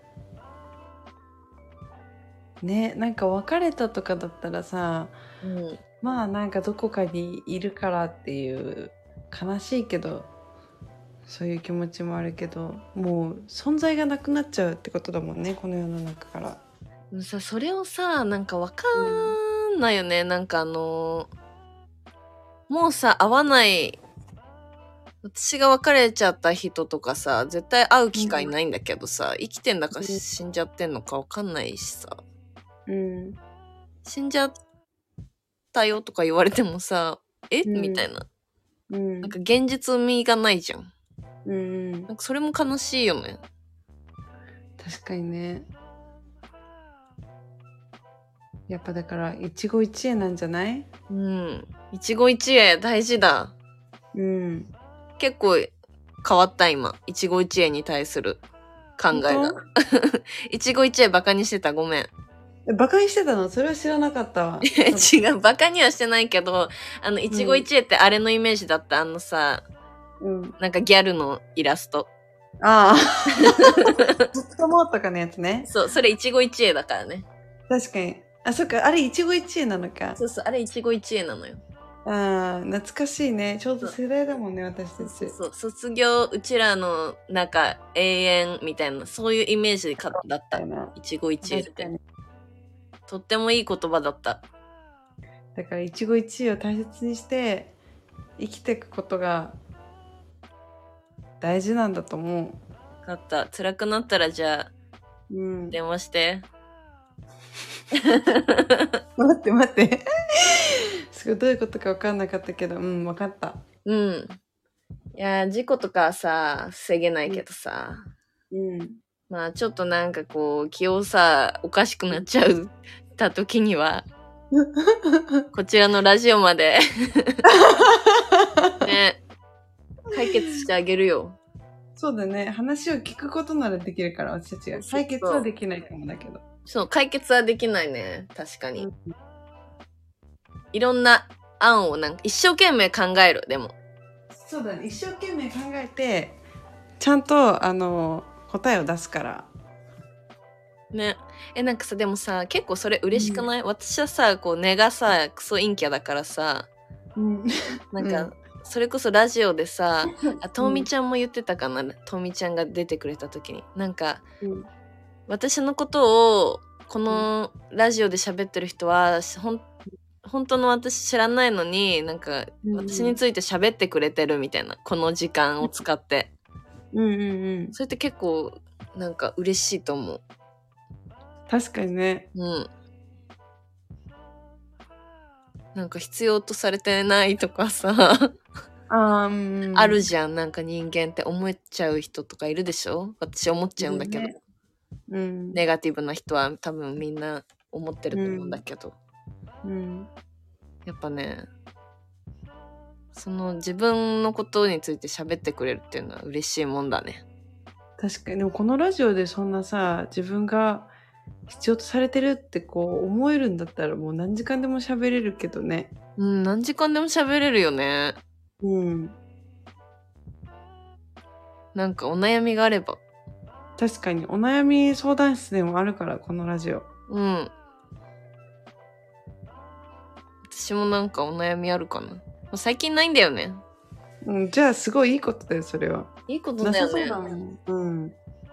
ね、なんか別れたとかだったらさ、うん、まあなんかどこかにいるからっていう悲しいけどそういう気持ちもあるけどもう存在がなくなっちゃうってことだもんねこの世の中から。 さそれをさなんか分かんないよね、うん、なんかあのもうさ会わない私が別れちゃった人とかさ絶対会う機会ないんだけどさ、うん、生きてんだか死んじゃってんのか分かんないしさ、うん、死んじゃったよとか言われてもさえ、うん、みたいな、うん、なんか現実味がないじゃん、うん、なんかそれも悲しいよね。 確かにね。 やっぱだから一期一会なんじゃない？ うん。一期一会大事だ。 うん。 結構変わった今。一期一会に対する考えが。一期一会バカにしてた。ごめん。 え、バカにしてたの？それは知らなかったわ。 違う、バカにはしてないけど、あの、一期一会ってあれのイメージだった。あのさ、うん、なんかギャルのイラスト。 ああ。ずっともとかのやつね。 そう、それ一期一会だからね。 確かに。あ、そっか、あれ一期一会なのか。 そうそう、あれ一期一会なのよ。 ああ、懐かしいね。ちょうど世代だもんね、私たち。 そうそう、卒業、うちらの、なんか、永遠みたいな、そういうイメージだった。一期一会って。とってもいい言葉だった。 だから一期一会を大切にして生きていくことが大事なんだと思う。 分かった。辛くなったらじゃあ、うん、電話して。 待って待って。すごいどういうことか分かんなかったけど、うん、分かった。 うん。いや、事故とかさ、防げないけどさ。うん。うん、まあ、ちょっとなんかこう、気をさ、おかしくなっちゃうた時には、こちらのラジオまで、ね、解決してあげるよ。 そうだね。話を聞くことならできるから、私たちが。解決はできないかもだけど。 そう、解決はできないね。確かに。うん、いろんな案をなんか一生懸命考える、でも。 そうだね。一生懸命考えて、ちゃんと、あの、答えを出すから。 ね。え、なんかさ、でもさ、結構それ嬉しくない？うん、私はさ、こう、根がさ、クソ陰キャだからさ、うん、なんか、うん、それこそラジオでさ、あ、とみちゃんも言ってたかな、とみちゃんが出てくれた時に。なんか、うん、私のことを、このラジオで喋ってる人は、ほん、本当の私知らないのに、なんか、私について喋ってくれてるみたいな、この時間を使って。うんうんうん。それって結構、なんか嬉しいと思う。 確かにね。 うん。なんか必要とされてないとかさあ、うん、あるじゃん。なんか人間って思っちゃう人とかいるでしょ？私思っちゃうんだけど、ね、うん、ネガティブな人は多分みんな思ってると思うんだけど、うんうん、やっぱね、その自分のことについて喋ってくれるっていうのは嬉しいもんだね。 確かに。でもこのラジオでそんなさ、自分が必要とされてるってこう思えるんだったらもう何時間でも喋れるけどね。 うん、何時間でも喋れるよね。うん。なんかお悩みがあれば。 確かにお悩み相談室でもあるからこのラジオ。うん。 私もなんかお悩みあるかな。最近ないんだよね。 うん、じゃあすごいいいことだよそれは。 いいことだよね。 なさそうだもん。うん。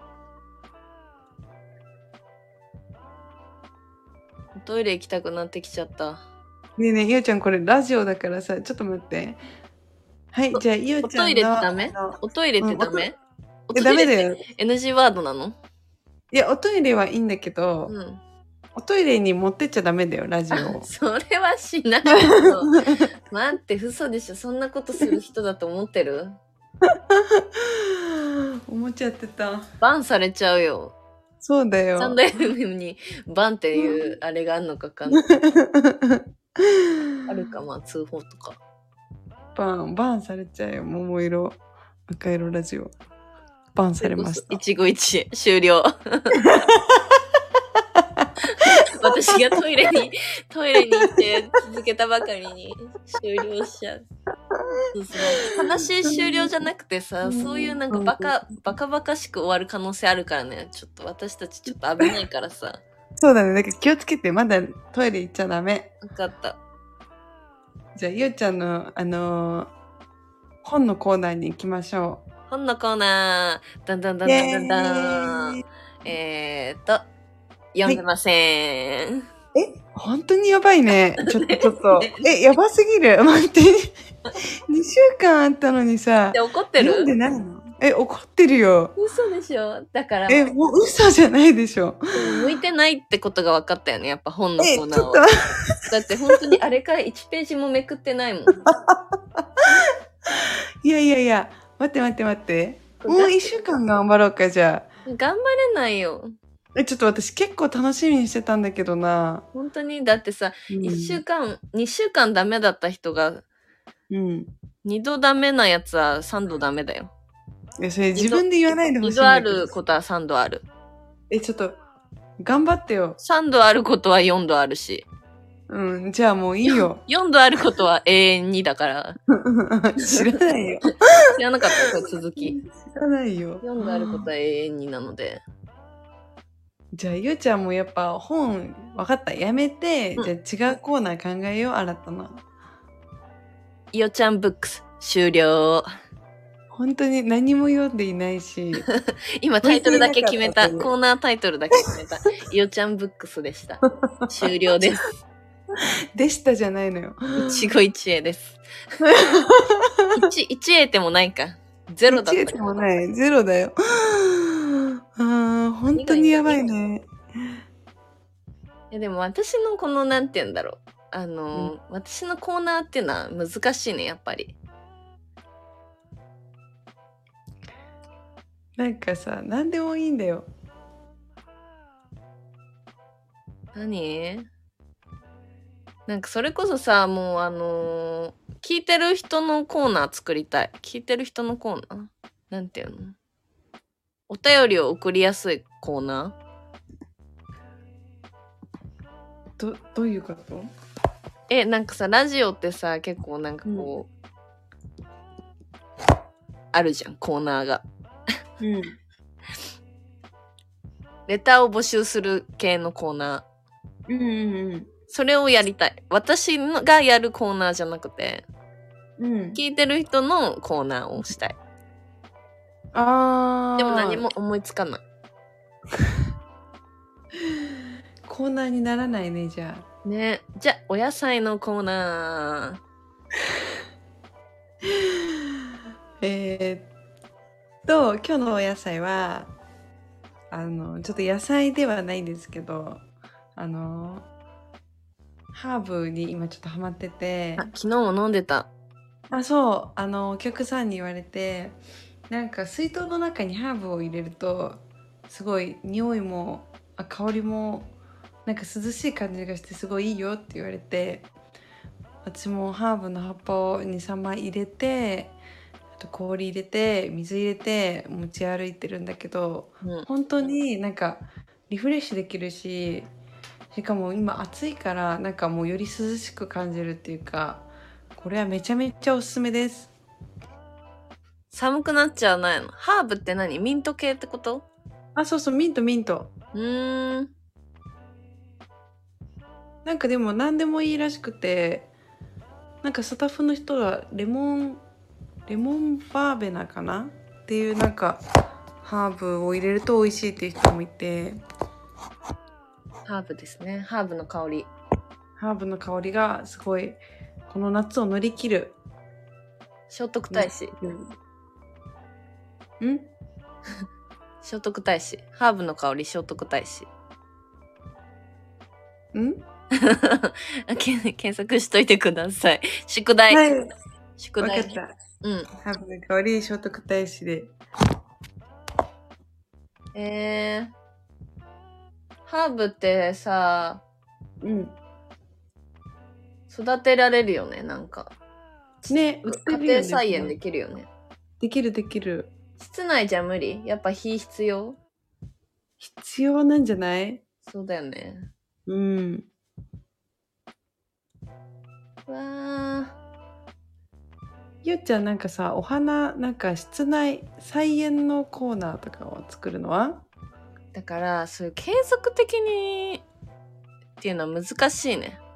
トイレ行きたくなってきちゃった。 ねえねえ、いおちゃんこれラジオだからさ、ちょっと待って。はい、じゃあいおちゃんの。おトイレってダメ？おトイレってダメ？ え、ダメだよ。 エヌジー ワードなの？ いや、おトイレはいいんだけど、うん、おトイレに持ってっちゃダメだよ、ラジオを。 それはしないけど。待って、嘘でしょ。そんなことする人だと思ってる？ 思っちゃってた。 バンされちゃうよ。 そうだよ。 サンド エフエム にバンっていうあれがあるのかかんない。あるか、まあ通報とか。 バン、バンされちゃうよ。桃色、赤色ラジオ。バンされました。 一期一会終了。私がトイレに、トイレに行って続けたばかりに終了しちゃう。そうそう。話終了じゃなくてさ、そういうなんかバカ、バカバカしく終わる可能性あるからね。ちょっと私たちちょっと危ないからさ。 そうだね。だから気をつけて、まだトイレ行っちゃダメ。 わかった。じゃあ、ゆうちゃんの、あのー、本のコーナーに行きましょう。 本のコーナー、だんだんだんだんだんだん。えーっと、読んでません。はい、 え、本当にやばいね。ちょっとちょっと。え、やばすぎる。待って。にしゅうかんあったのにさ。 で、怒ってる？ 読んでないの？え、怒ってるよ。 嘘でしょ？だから。 え、もう嘘じゃないでしょ。 向いてないってことが分かったよね。やっぱ本のコーナーは。だって本当にあれからいちページもめくってないもん。 いやいやいや。待って待って待って。もういっしゅうかん頑張ろうか、じゃあ。 頑張れないよ。 え、ちょっと私結構楽しみにしてたんだけどな。 本当にだってさ、うん、いっしゅうかん、にしゅうかんダメだった人が、うん。にどダメなやつはさんどダメだよ。 え、それ自分で言わないでほしいんだけど。にどあることはさんどある。 え、ちょっと、頑張ってよ。 さんどあることはよんどあるし。 うん、じゃあもういいよ。 よんどあることは永遠にだから。 知らないよ。 知らなかったこれ続き。 知らないよ。 よんどあることは永遠になので。 じゃあゆうちゃんもやっぱ本分かったやめて、うん、じゃあ違うコーナー考えよう新たな。 いよちゃんブックス終了。 本当に何も読んでいないし今タイトルだけ決めたコーナータイトルだけ決めたいよちゃんブックスでした。終了です。 でしたじゃないのよ。 一期一会です。一一会ってもないか。ゼロだった。 一会ってもないゼロだよ。あー本当にやばいね。 いやでも私のこのなんて言うんだろうあの、うん、私のコーナーっていうのは難しいねやっぱり。 なんかさ何でもいいんだよ。 何？なんかそれこそさもうあのー、聞いてる人のコーナー作りたい。聞いてる人のコーナーなんていうの？お便りを送りやすいコーナーど、どういうこと？ え、なんかさ、ラジオってさ、結構なんかこう、うん、あるじゃん、コーナーが。うん。レターを募集する系のコーナー。うんうんうん。それをやりたい。私がやるコーナーじゃなくて、うん、聞いてる人のコーナーをしたい。あー。でも何も思いつかない。 コーナーにならないね、じゃあ。ね。じゃあ、お野菜のコーナー。えーっと、今日のお野菜は、あの、ちょっと野菜ではないんですけど、あの、ハーブに今ちょっとハマってて。 あ、昨日も飲んでた。 あ、そう。あの、お客さんに言われて、なんか水筒の中にハーブを入れるとすごい匂いもあ香りもなんか涼しい感じがしてすごいいいよって言われて、私もハーブの葉っぱを にさんまい入れて、あと氷入れて水入れて持ち歩いてるんだけど、うん、本当になんかリフレッシュできるし、しかも今暑いからなんかもうより涼しく感じるっていうか、これはめちゃめちゃおすすめです。 寒くなっちゃわないの？ハーブって何？ミント系ってこと？ あ、そうそう、ミントミント。うーん。なんかでも何でもいいらしくて、なんかスタッフの人はレモンレモンバーベナかなっていうなんかハーブを入れると美味しいっていう人もいて。 ハーブですね。ハーブの香り。 ハーブの香りがすごいこの夏を乗り切る。 聖徳太子。うんん聖徳太子。ハーブの香り聖徳太子。ん検索しといてください。宿題。はい、宿題。 分かった。うん。ハーブの香り聖徳太子で。 えー、ハーブってさ、うん。育てられるよね、なんか。 ね、 家庭菜園できるよね。 できるできる。 室内じゃ無理？やっぱ火必要？ 必要なんじゃない？ そうだよね。 うん。 わー。 ゆっちゃんなんかさ、お花なんか室内菜園のコーナーとかを作るのは？ だからそういう継続的にっていうのは難しいね。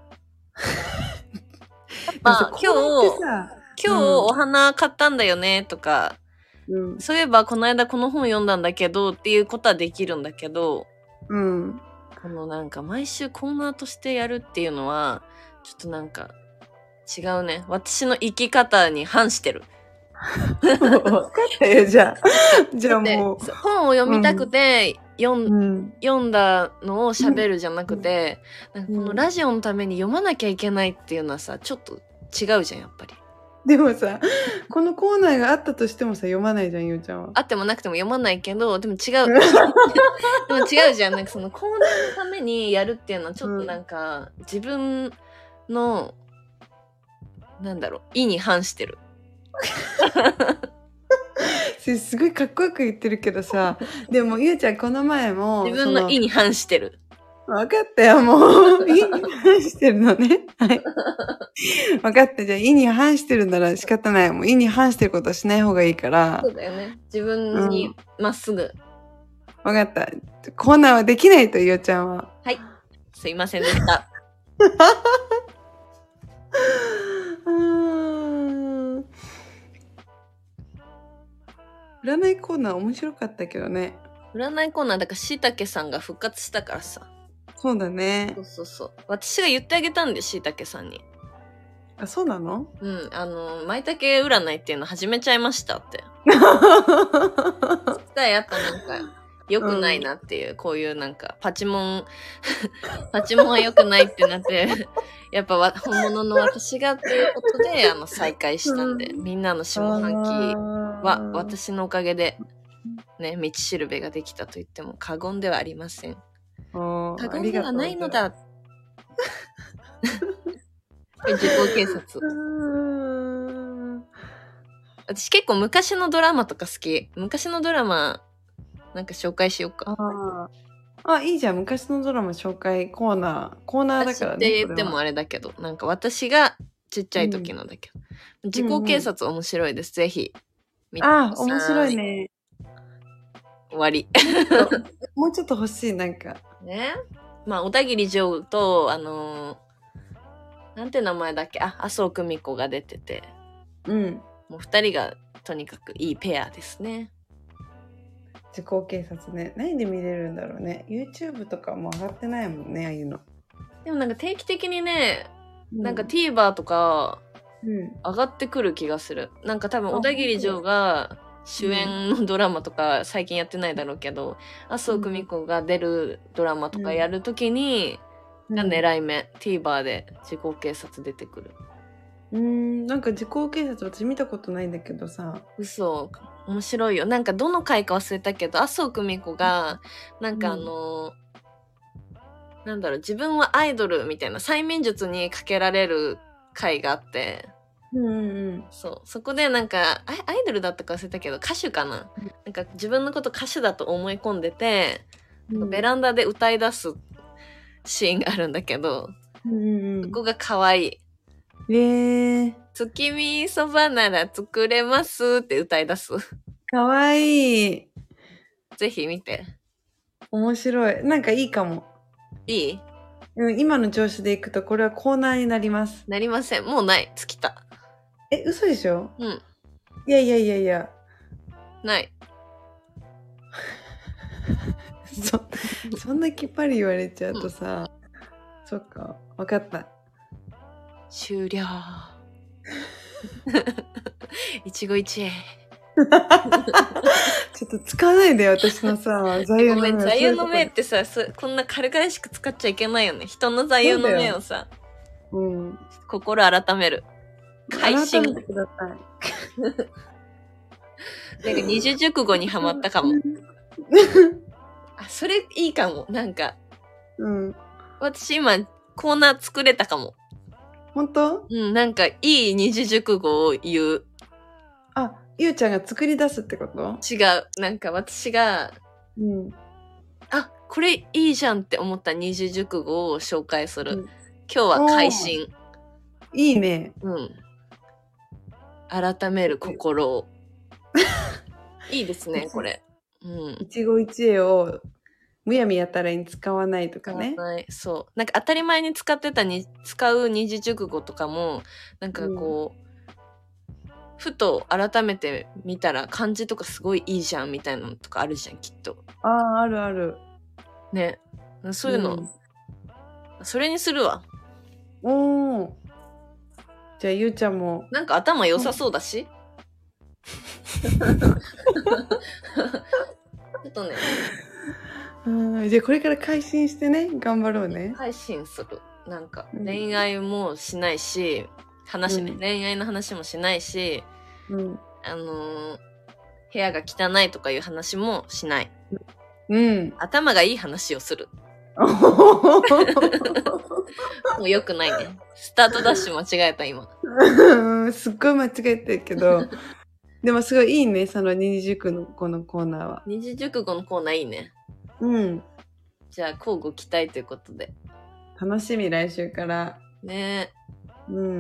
まあ今日今日お花買ったんだよねとか。うん、そういえばこの間この本読んだんだけどっていうことはできるんだけど、うん、このなんか毎週コーナーとしてやるっていうのはちょっとなんか違うね。私の生き方に反してる。 分かったよ、じゃあ。じゃあもう本を読みたくて、うん、読, ん読んだのを喋るじゃなくて、うん、なんかこのラジオのために読まなきゃいけないっていうのはさちょっと違うじゃんやっぱり。 でもさ、このコーナーがあったとしてもさ、読まないじゃん、ゆうちゃんは。 あってもなくても読まないけど、でも違う。でも違うじゃん。なんかそのコーナーのためにやるっていうのはちょっとなんか、うん、自分の、なんだろう、意に反してる。 すごいかっこよく言ってるけどさ、でもゆうちゃんこの前も自分の意に反してる。 分かったよ、もう。意に反してるのね。はい。分かった。じゃあ、意に反してるなら仕方ない。もう意に反してることはしない方がいいから。 そうだよね。自分にまっすぐ。 分かった。コーナーはできないと、ゆうちゃんは。 はい。すいませんでした。 占いコーナー面白かったけどね。 占いコーナーだからしいたけさんが復活したからさ。 そうだね。 そうそうそう。私が言ってあげたんで、しいたけさんに。 あ、そうなの？ うん。あの、舞茸占いっていうの始めちゃいましたって。実際やっぱなんか、良くないなっていう、うん、こういうなんか、パチモン、パチモンは良くないってなって、やっぱわ本物の私がっていうことで、あの、再開したんで、うん、みんなの下半期は私のおかげで、ね、道しるべができたと言っても過言ではありません。過言ではないのだ。自己警察。私結構昔のドラマとか好き。昔のドラマ、なんか紹介しようか。 ああ、いいじゃん。昔のドラマ紹介コーナー。コーナーだからね。 って言ってもあれだけど、なんか私がちっちゃい時のだけど。うん、自己警察面白いです。うんうん、ぜひ。 見てください。ああ、面白いね。 終わり。 もうちょっと欲しい、なんか。 ね。まあ、小田切城と、あのー、なんて名前だっけ、あ、麻生久美子が出てて。 うん。 もう二人がとにかくいいペアですね。 自己警察ね。何で見れるんだろうね。YouTube とかも上がってないもんね、ああいうの。 でもなんか定期的にね、うん、なんか TVer とか上がってくる気がする。うん、なんか多分小田切城が主演のドラマとか最近やってないだろうけど、うん、麻生久美子が出るドラマとかやるときに、うん、が狙い目。TVer で自己警察出てくる。 うーん、なんか自己警察私見たことないんだけどさ。 嘘。面白いよ。なんかどの回か忘れたけど、麻生久美子が、なんかあの、うん、なんだろう、自分はアイドルみたいな催眠術にかけられる回があって、 うんうんうん、 そう。そこでなんか、アイドルだったか忘れたけど、歌手かな、うん、なんか自分のこと歌手だと思い込んでて、うん、ベランダで歌い出すシーンがあるんだけど、 うんうんうん、 そこが可愛い。 えー、 月見そばなら作れますって歌い出す。 かわいい。 ぜひ見て。 面白い。なんかいいかも。 いい？ うん、今の調子でいくとこれはコーナーになります。 なりません。もうない。尽きた。 え、嘘でしょ？ うん。 いやいやいやいや。 ない。 そ、そんなきっぱり言われちゃうとさ、うん、そっか。わかった。 終了。一期一会。 ちょっと使わないで私のさ、座右の銘。 座右の銘ってさ、こんな軽々しく使っちゃいけないよね。人の座右の銘をさ、 うん、 心改める。 改めてください。 なんか二字熟語にハマったかも。あ、それいいかも。なんか、 うん、 私今コーナー作れたかも。 本当？ うん、なんかいい二字熟語を言う。 あ、ゆうちゃんが作り出すってこと？ 違う。なんか私が、 うん、 あ、これいいじゃんって思った二字熟語を紹介する。うん、今日は会心。 いいね。 うん。改める心を。いいですね、これ。うん。 一期一会をむやみやたらに使わないとかね。 はい、そう。なんか当たり前に使ってたに使う二字熟語とかもなんかこう、うん、ふと改めて見たら漢字とかすごいいいじゃんみたいなのとかあるじゃんきっと。 ああ、あるある。 ね、そういうの、うん、それにするわ。 おー。じゃあゆうちゃんもなんか頭良さそうだし。ちょっとね。 うん、じゃあこれから改心してね、頑張ろうね。 改心する。なんか恋愛もしないし、 話ね、うん、恋愛の話もしないし、うん、あのー、部屋が汚いとかいう話もしない。うん。頭がいい話をする。もう良くないね。スタートダッシュ間違えた今。 すっごい間違えてるけど、でもすごいいいね、その二次熟語のコーナーは。 二次熟語のコーナーいいね。うん。じゃあ交互期待ということで。 楽しみ、来週から。 ねえ。うん。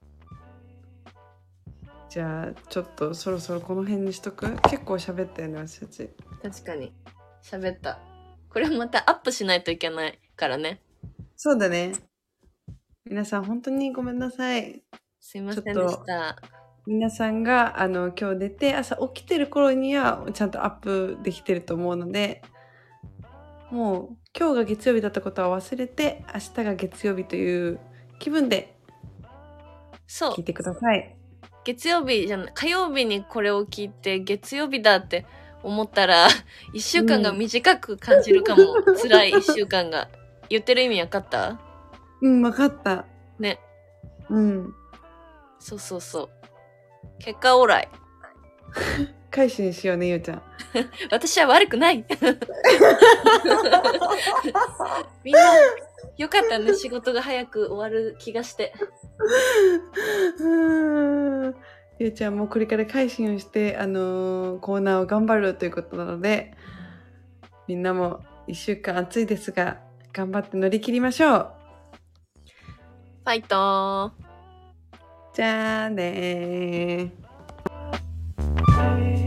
じゃあちょっとそろそろこの辺にしとく。結構喋ったよね、私たち。 確かに喋った。これまたアップしないといけないからね。 そうだね。皆さん本当にごめんなさい。 すいませんでした。 皆さんがあの今日出て朝起きてる頃にはちゃんとアップできてると思うので、もう今日が月曜日だったことは忘れて、明日が月曜日という気分で聞いてください。 月曜日じゃない、火曜日にこれを聞いて月曜日だって思ったらいっしゅうかんが短く感じるかも、うん、辛いいっしゅうかんが。言ってる意味分かった？ うん、分かった。 ね。 うん。 そうそうそう。結果オーライ。 改心しようね、ゆうちゃん。 私は悪くない。みんなよかったね、仕事が早く終わる気がして。 ゆうちゃんもこれから改心をして、あのー、コーナーを頑張るということなので、みんなもいっしゅうかん暑いですが頑張って乗り切りましょう。 ファイトー。 じゃあねー。